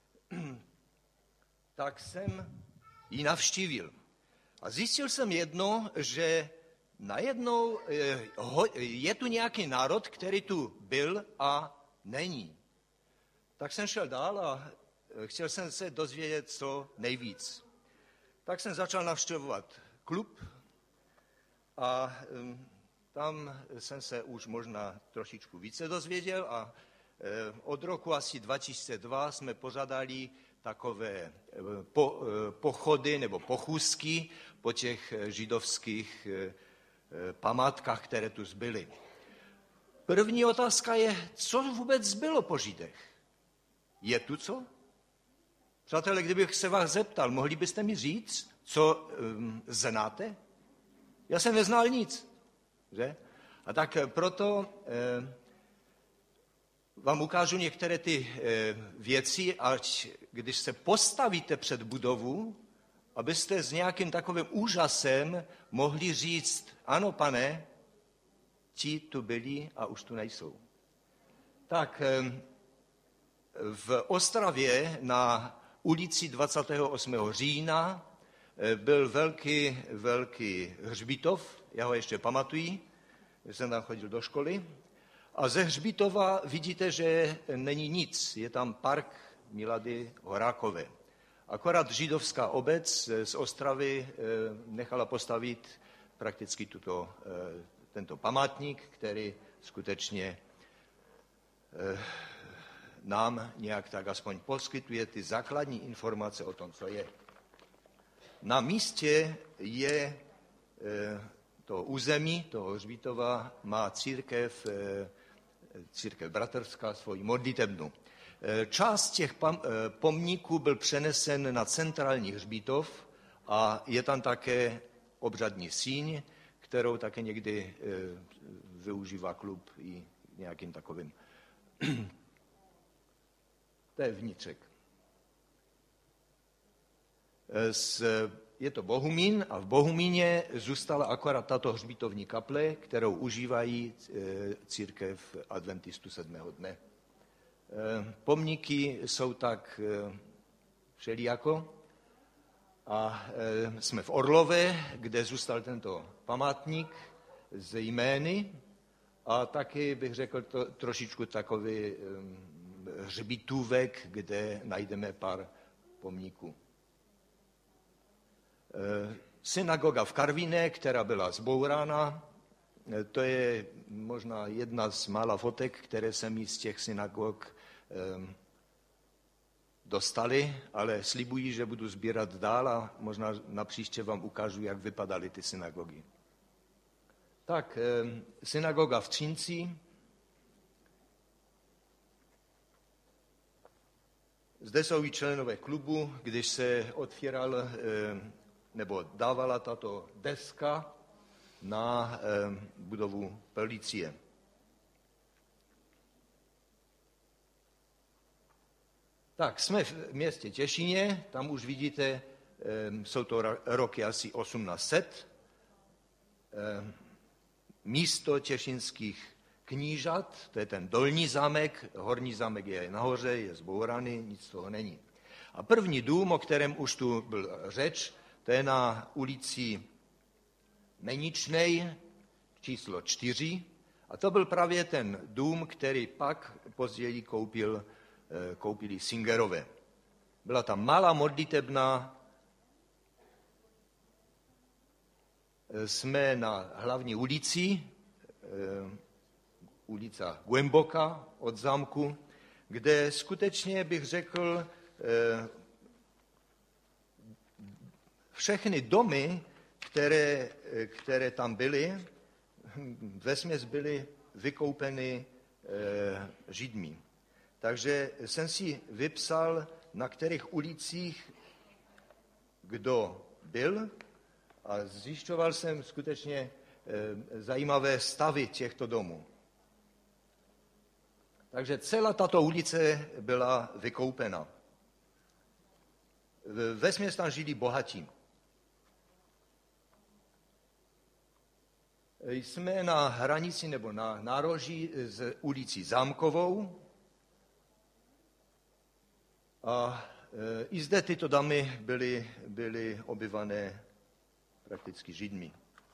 tak jsem ji navštívil. A zjistil jsem jedno, že najednou je tu nějaký národ, který tu byl a není. Tak jsem šel dál a chtěl jsem se dozvědět co nejvíc. Tak jsem začal navštěvovat klub a tam jsem se už možná trošičku více dozvěděl a od roku asi dva tisíce dva jsme pořádali takové po, pochody nebo pochůzky po těch židovských památkách, které tu zbyly. První otázka je, co vůbec zbylo po Židech? Je tu co? Přátelé, kdybych se vás zeptal, mohli byste mi říct, co um, znáte? Já jsem neznal nic, že? A tak proto eh, vám ukážu některé ty eh, věci, ať když se postavíte před budovu, abyste s nějakým takovým úžasem mohli říct, ano, pane, ti tu byli a už tu nejsou. Tak v Ostravě na ulici dvacátého osmého října byl velký, velký hřbitov, já ho ještě pamatuji, jsem tam chodil do školy, a ze hřbitova vidíte, že není nic, je tam park Milady Horákové. Akorát židovská obec z Ostravy nechala postavit prakticky tuto, tento památník, který skutečně nám nějak tak aspoň poskytuje ty základní informace o tom, co je. Na místě je to území toho hřbitova, má církev, církev bratrská svoji modlitebnu. Část těch pomníků byl přenesen na centrální hřbitov a je tam také obřadní síň, kterou také někdy využívá klub i nějakým takovým. To je vnitřek. Je to Bohumín a v Bohumíně zůstala akorát tato hřbitovní kaple, kterou užívají církev adventistů sedmého dne. Pomníky jsou tak všelijako a jsme v Orlové, kde zůstal tento památník z jmény a taky bych řekl to, trošičku takový hřbitůvek, kde najdeme pár pomníků. Synagoga v Karviné, která byla zbourána, to je možná jedna z mála fotek, které se mi z těch synagog dostali, ale slibuji, že budu sbírat dál a možná napříště vám ukážu, jak vypadaly ty synagogy. Tak, synagoga v Třinci. Zde jsou i členové klubu, když se otvíral nebo dávala tato deska na budovu policie. Tak, jsme v městě Těšíně, tam už vidíte, jsou to roky asi osmnáct set místo těšinských knížat, to je ten dolní zámek, horní zámek je nahoře, je zbouraný, nic z toho není. A první dům, o kterém už tu byl řeč, to je na ulici Meničnej, číslo čtyři, a to byl právě ten dům, který pak později koupil, koupili Singerové. Byla tam malá modlitebna, jsme na hlavní ulici, ulica Głęboka od zámku, kde skutečně bych řekl, všechny domy, které, které tam byly, vesměs byly vykoupeny Židmi. Takže jsem si vypsal, na kterých ulicích kdo byl, a zjišťoval jsem skutečně zajímavé stavy těchto domů. Takže celá tato ulice byla vykoupena. Vesměs tam žili bohatí. Jsme na hranici nebo na nároží s ulicí Zámkovou a i zde tyto domy byly, byly obyvané prakticky Židmi.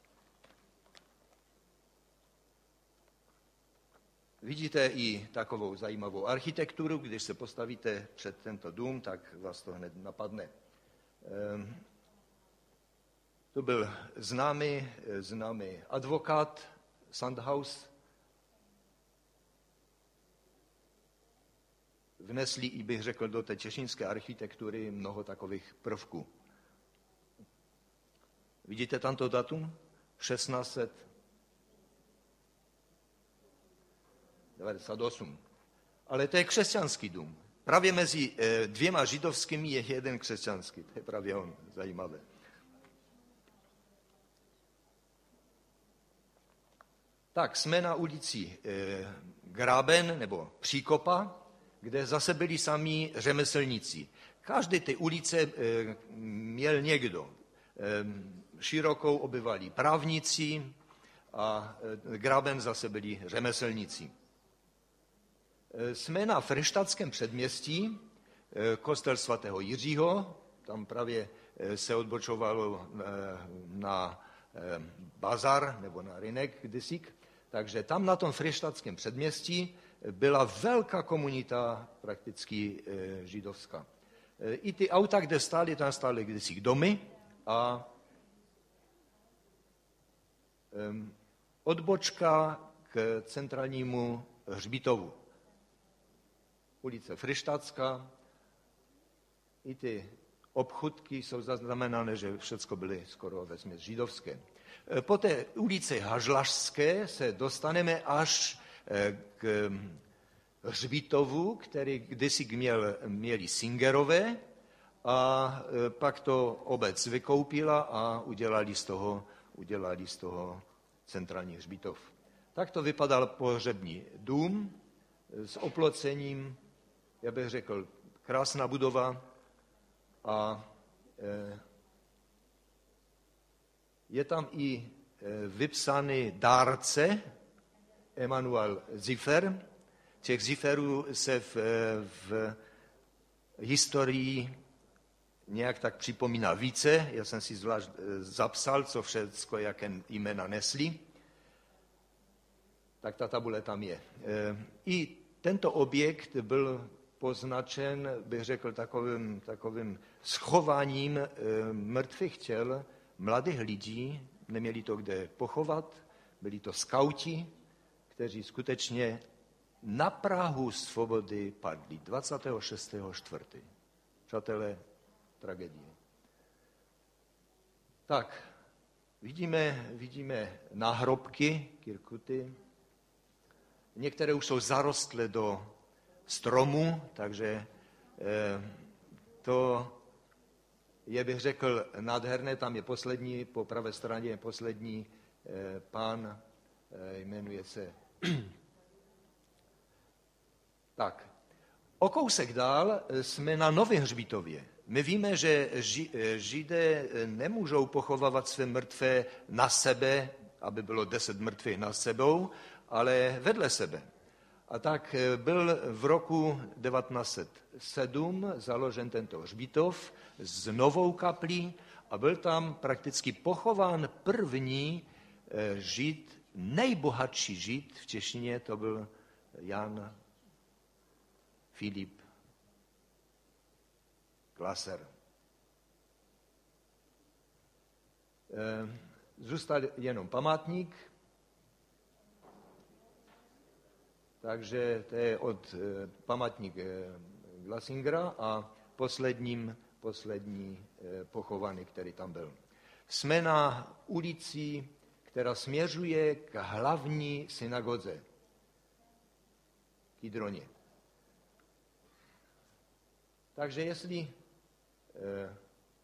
Vidíte i takovou zajímavou architekturu, když se postavíte před tento dům, tak vás to hned napadne. Ehm, to byl známý, známý advokát Sandhaus. Vnesli, i bych řekl, do té těšinské architektury mnoho takových prvků. Vidíte tam to datum? šestnáct set devadesát osm. Ale to je křesťanský dům. Právě mezi dvěma židovskými je jeden křesťanský. To je právě on, zajímavé. Tak, jsme na ulici Graben, nebo Příkopa, kde zase byli sami řemeslníci. Každý ty ulice měl někdo. Širokou obyvali právníci a Graben zase byli řemeslníci. Jsme na Freštatském předměstí, kostel svatého Jiřího, tam právě se odbočovalo na bazar nebo na rynek kdysi, takže tam na tom Freštatském předměstí byla velká komunita prakticky židovská. I ty auta, kde stály, tam stály kdysi domy a odbočka k centrálnímu hřbitovu. Ulice Freštatská, i ty obchůdky jsou zaznamenané, že všechno byly skoro vesměs židovské. Po té ulici Hažlašské se dostaneme až k hřbitovu, který kdysi měl, měli Singerové, a pak to obec vykoupila a udělali z toho, udělali z toho centrální hřbitov. Tak to vypadal pohřební dům s oplocením, já bych řekl, krásná budova a je tam i vypsaný dárce Emanuel Ziffer. Těch Zifferů se v, v historii nějak tak připomíná více. Já jsem si zvlášť zapsal, co všecko, jaké jména nesli. Tak ta tabule tam je. I tento objekt byl poznačen, bych řekl, takovým, takovým schováním mrtvých těl mladých lidí. Neměli to kde pochovat, byli to skauti, kteří skutečně na prahu svobody padli dvacátého šestého čtvrtého Přátelé, tragédie. Tak, vidíme, vidíme náhrobky, kirkuty. Některé už jsou zarostlé do stromu, takže eh, to je, bych řekl, nádherné. Tam je poslední, po pravé straně je poslední eh, pán, eh, jmenuje se tak. O kousek dál jsme na Novém hřbitově. My víme, že Židé nemůžou pochovávat své mrtvé na sebe aby bylo deset mrtvých nad sebou, ale vedle sebe. A tak byl v roku devatenáct set sedm založen tento hřbitov s novou kaplí a byl tam prakticky pochován první žid, nejbohatší žid v Těšíně, to byl Jan Filip Glaser. Zůstal jenom památník, takže to je od památník Glasingera a posledním, poslední pochovaný, který tam byl. Jsme na ulici, která směřuje k hlavní synagoze Kydroně. Takže jestli eh,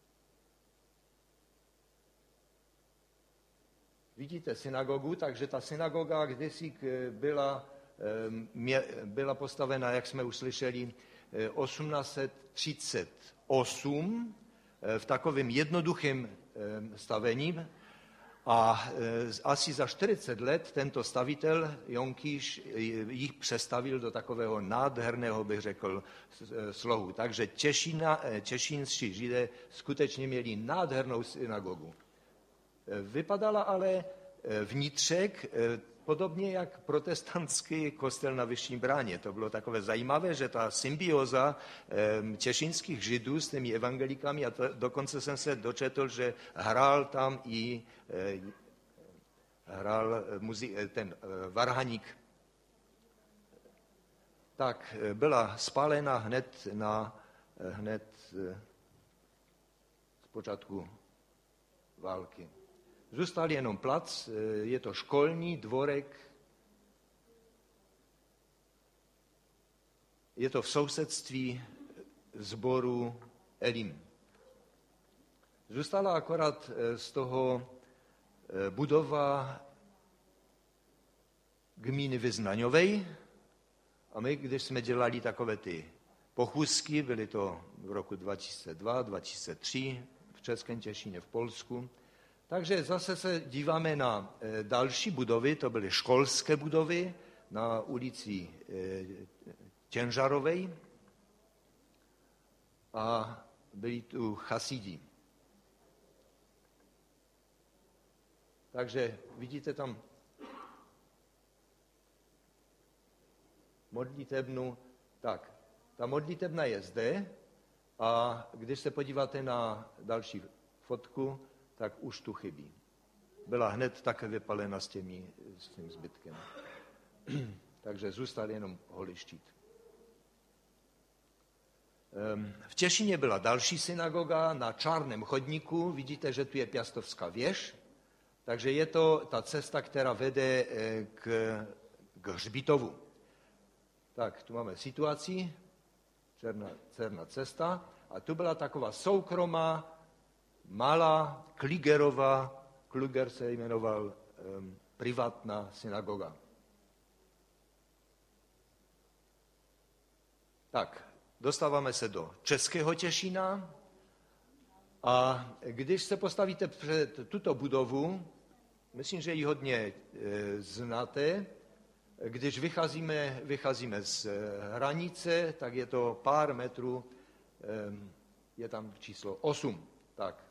vidíte synagogu, takže ta synagoga kdysi byla, eh, byla postavena, jak jsme uslyšeli, eh, osmnáct set třicet osm eh, v takovém jednoduchém eh, stavení. A asi za čtyřicet let tento stavitel Jonkyš jich přestavil do takového nádherného, bych řekl, slohu. Takže Těšína, těšínští židé skutečně měli nádhernou synagogu. Vypadala ale vnitřek podobně jak protestantský kostel na Vyšším Bráně. To bylo takové zajímavé, že ta symbioza těšínských židů s těmi evangelikami, a to, dokonce jsem se dočetl, že hrál tam i hrál ten varhaník. Tak byla spálena hned na hned z počátku války. Zůstal jenom plac, je to školní dvorek, je to v sousedství sboru Elim. Zůstala akorát z toho budova gmíny Vyznaňovej a my, když jsme dělali takové ty pochůzky, byly to v roku dva tisíce dva, dva tisíce tři v Českém Těšíně v Polsku, takže zase se díváme na další budovy, to byly školské budovy na ulici Těnžarovej a byli tu chasidi. Takže vidíte tam modlitebnu. Tak, ta modlitebna je zde a když se podíváte na další fotku, tak už tu chybí. Byla hned také vypalena s, těmi, s tím zbytkem. Takže zůstal jenom holý štít. V Těšíně byla další synagoga na Čárném chodníku. Vidíte, že tu je Piastovská věž. Takže je to ta cesta, která vede k, k hřbitovu. Tak, tu máme situaci, černá, černá cesta. A tu byla taková soukromá, malá, Kligerová, Kluger se jmenoval, um, privátná synagoga. Tak, dostáváme se do Českého Těšína a když se postavíte před tuto budovu, myslím, že ji hodně e, znáte, když vycházíme, vycházíme z hranice, tak je to pár metrů, e, je tam číslo osm. Tak.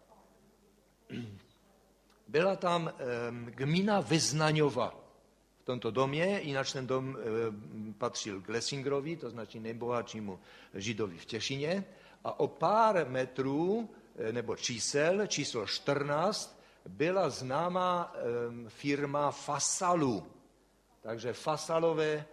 Byla tam e, gmina Vyznaňova v tomto domě, jinak ten dom e, patřil Glesingerovi, to značí nejbohatšímu židovi v Těšíně, a o pár metrů, e, nebo čísel, číslo čtrnáct, byla známá e, firma Fasalu. Takže Fasalové e,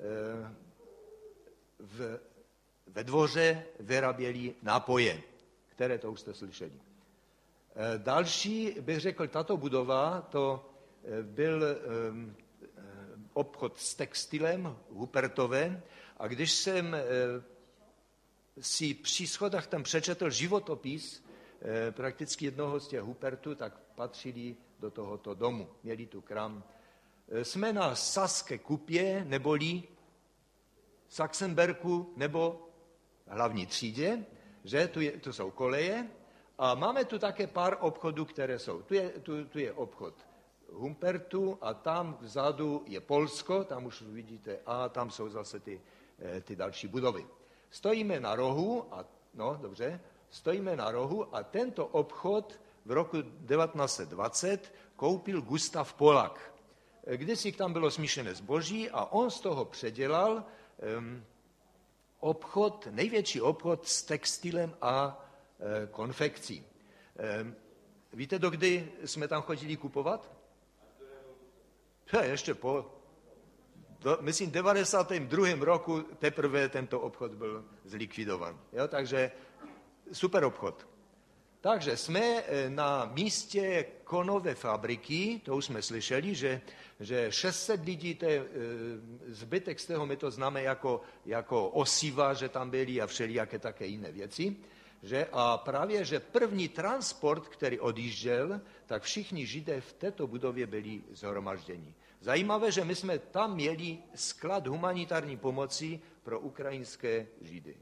v, ve dvoře vyráběli nápoje, které to už jste slyšeli. E, další, bych řekl, tato budova, to e, byl e, obchod s textilem Hupertové a když jsem e, si při schodách tam přečetl životopis e, prakticky jednoho z těch Hupertů, tak patřili do tohoto domu, měli tu krám. E, jsme na Saské kupě, neboli Sachsenberku, nebo hlavní třídě, že tu, je, tu jsou koleje a máme tu také pár obchodů, které jsou. Tu je, tu, tu je obchod Humpertu a tam vzadu je Polsko, tam už vidíte, a tam jsou zase ty, ty další budovy. Stojíme na rohu, a, no dobře, stojíme na rohu a tento obchod v roku devatenáct set dvacet koupil Gustav Polak. Kdysi tam bylo smíšené zboží a on z toho předělal um, obchod, největší obchod s textilem a e, konfekcí. E, víte, dokdy jsme tam chodili kupovat? He, ještě po, do, myslím, devadesátém druhém roku teprve tento obchod byl zlikvidovan. Jo, takže super obchod. Takže jsme na místě konové fabriky, to už jsme slyšeli, že, že šest set lidí, to je, zbytek z toho my to známe jako, jako osiva, že tam byli a všelijaké také jiné věci. Že? A právě, že první transport, který odjížděl, tak všichni Židé v této budově byli zhromažděni. Zajímavé, že my jsme tam měli sklad humanitární pomoci pro ukrajinské Židy.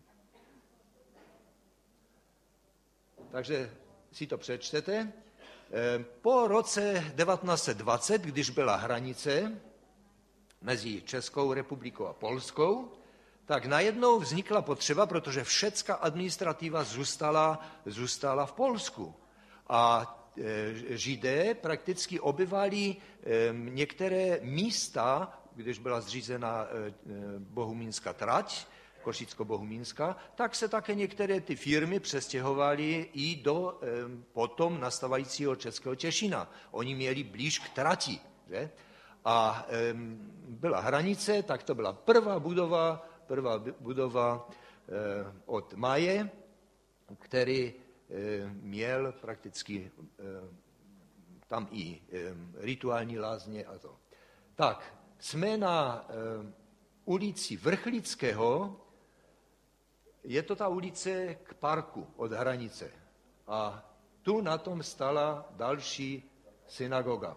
Takže si to přečtete. Po roce devatenáct set dvacet, když byla hranice mezi Českou republikou a Polskou, tak najednou vznikla potřeba, protože všecká administrativa zůstala, zůstala v Polsku. A Židé prakticky obyvali některé místa, když byla zřízena Bohumínská trať, Košicko-Bohumínska, tak se také některé ty firmy přestěhovaly i do eh, potom nastavajícího Českého Těšína. Oni měli blíž k trati. Že? A eh, byla hranice, tak to byla prvá budova, prvá budova eh, od Maje, který eh, měl prakticky eh, tam i eh, rituální lázně a to. Tak, jsme na eh, ulici Vrchlického. Je to ta ulice k parku od hranice. A tu na tom stala další synagoga.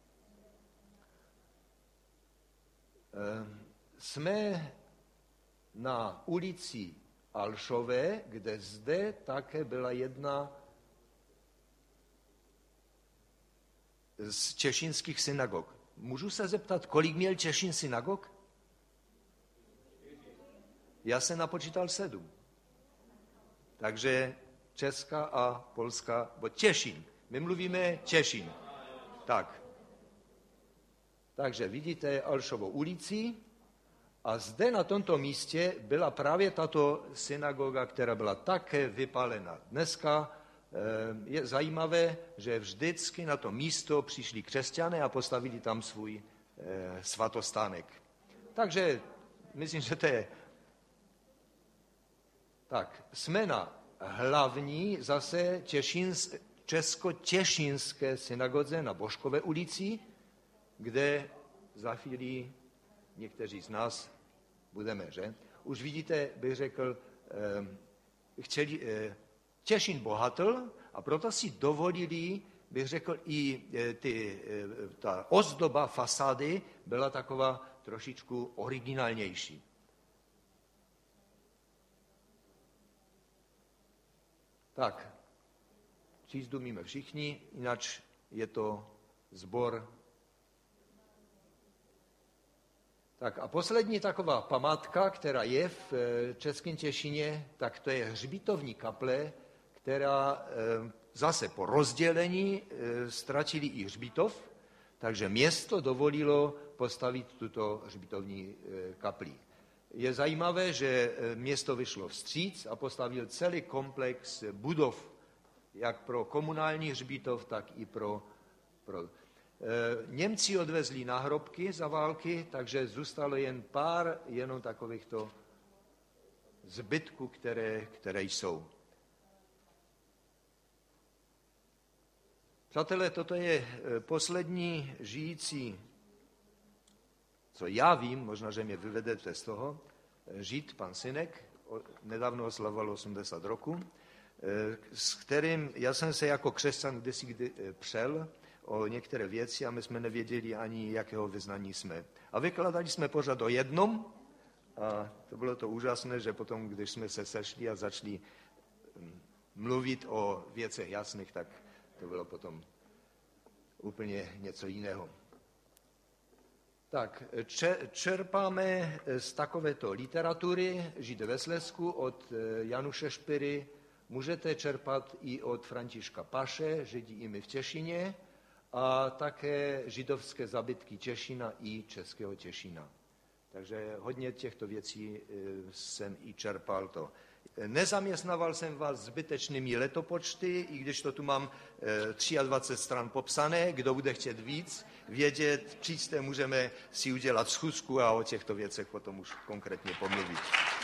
Jsme na ulici Alšové, kde zde také byla jedna z češinských synagog. Můžu se zeptat, kolik měl Češin synagog? Já jsem napočítal sedm. Takže česká a polská, bo Těšín. My mluvíme Těšín. Tak. Takže vidíte Alšovou ulici a zde na tomto místě byla právě tato synagoga, která byla také vypálena. Dneska je zajímavé, že vždycky na to místo přišli křesťané a postavili tam svůj svatostánek. Takže myslím, že to je. Tak, jsme na hlavní zase Těšins, česko-těšínské synagodze na Božkové ulici, kde za chvíli někteří z nás budeme, že? Už vidíte, bych řekl, eh, chtěli, eh, Těšín bohatl a proto si dovolili, bych řekl, i eh, ty, eh, ta ozdoba fasády byla taková trošičku originálnější. Tak, číst umíme všichni, jinak je to sbor. Tak a poslední taková památka, která je v Českém Těšíně, tak to je hřbitovní kaple, která zase po rozdělení ztratili i hřbitov, takže město dovolilo postavit tuto hřbitovní kapli. Je zajímavé, že město vyšlo vstříc a postavil celý komplex budov, jak pro komunální hřbitov, tak i pro... pro. Němci odvezli náhrobky za války, takže zůstalo jen pár jenom takovýchto zbytků, které, které jsou. Přátelé, toto je poslední žijící, co já vím, možná, že mě vyvedete z toho, Žid, pan Synek, nedávno oslavoval osmdesát roku, s kterým já jsem se jako křesťan kdysi kdy přel o některé věci a my jsme nevěděli ani, jakého vyznání jsme. A vykladali jsme pořád o jednom a to bylo to úžasné, že potom, když jsme se sešli a začali mluvit o věcech jasných, tak to bylo potom úplně něco jiného. Tak, čerpáme z takovéto literatury Židé ve Slezsku od Januše Špiry, můžete čerpat i od Františka Paše, Židi i my v Těšině, a také židovské zabytky Těšina i Českého Těšina. Takže hodně těchto věcí jsem i čerpal to. Nezaměstnaval jsem vás zbytečnými letopočty, i když to tu mám dvacet tři stran popsané, kdo bude chtět víc vědět, přijďte, můžeme si udělat schůzku a o těchto věcech potom už konkrétně pomluvit.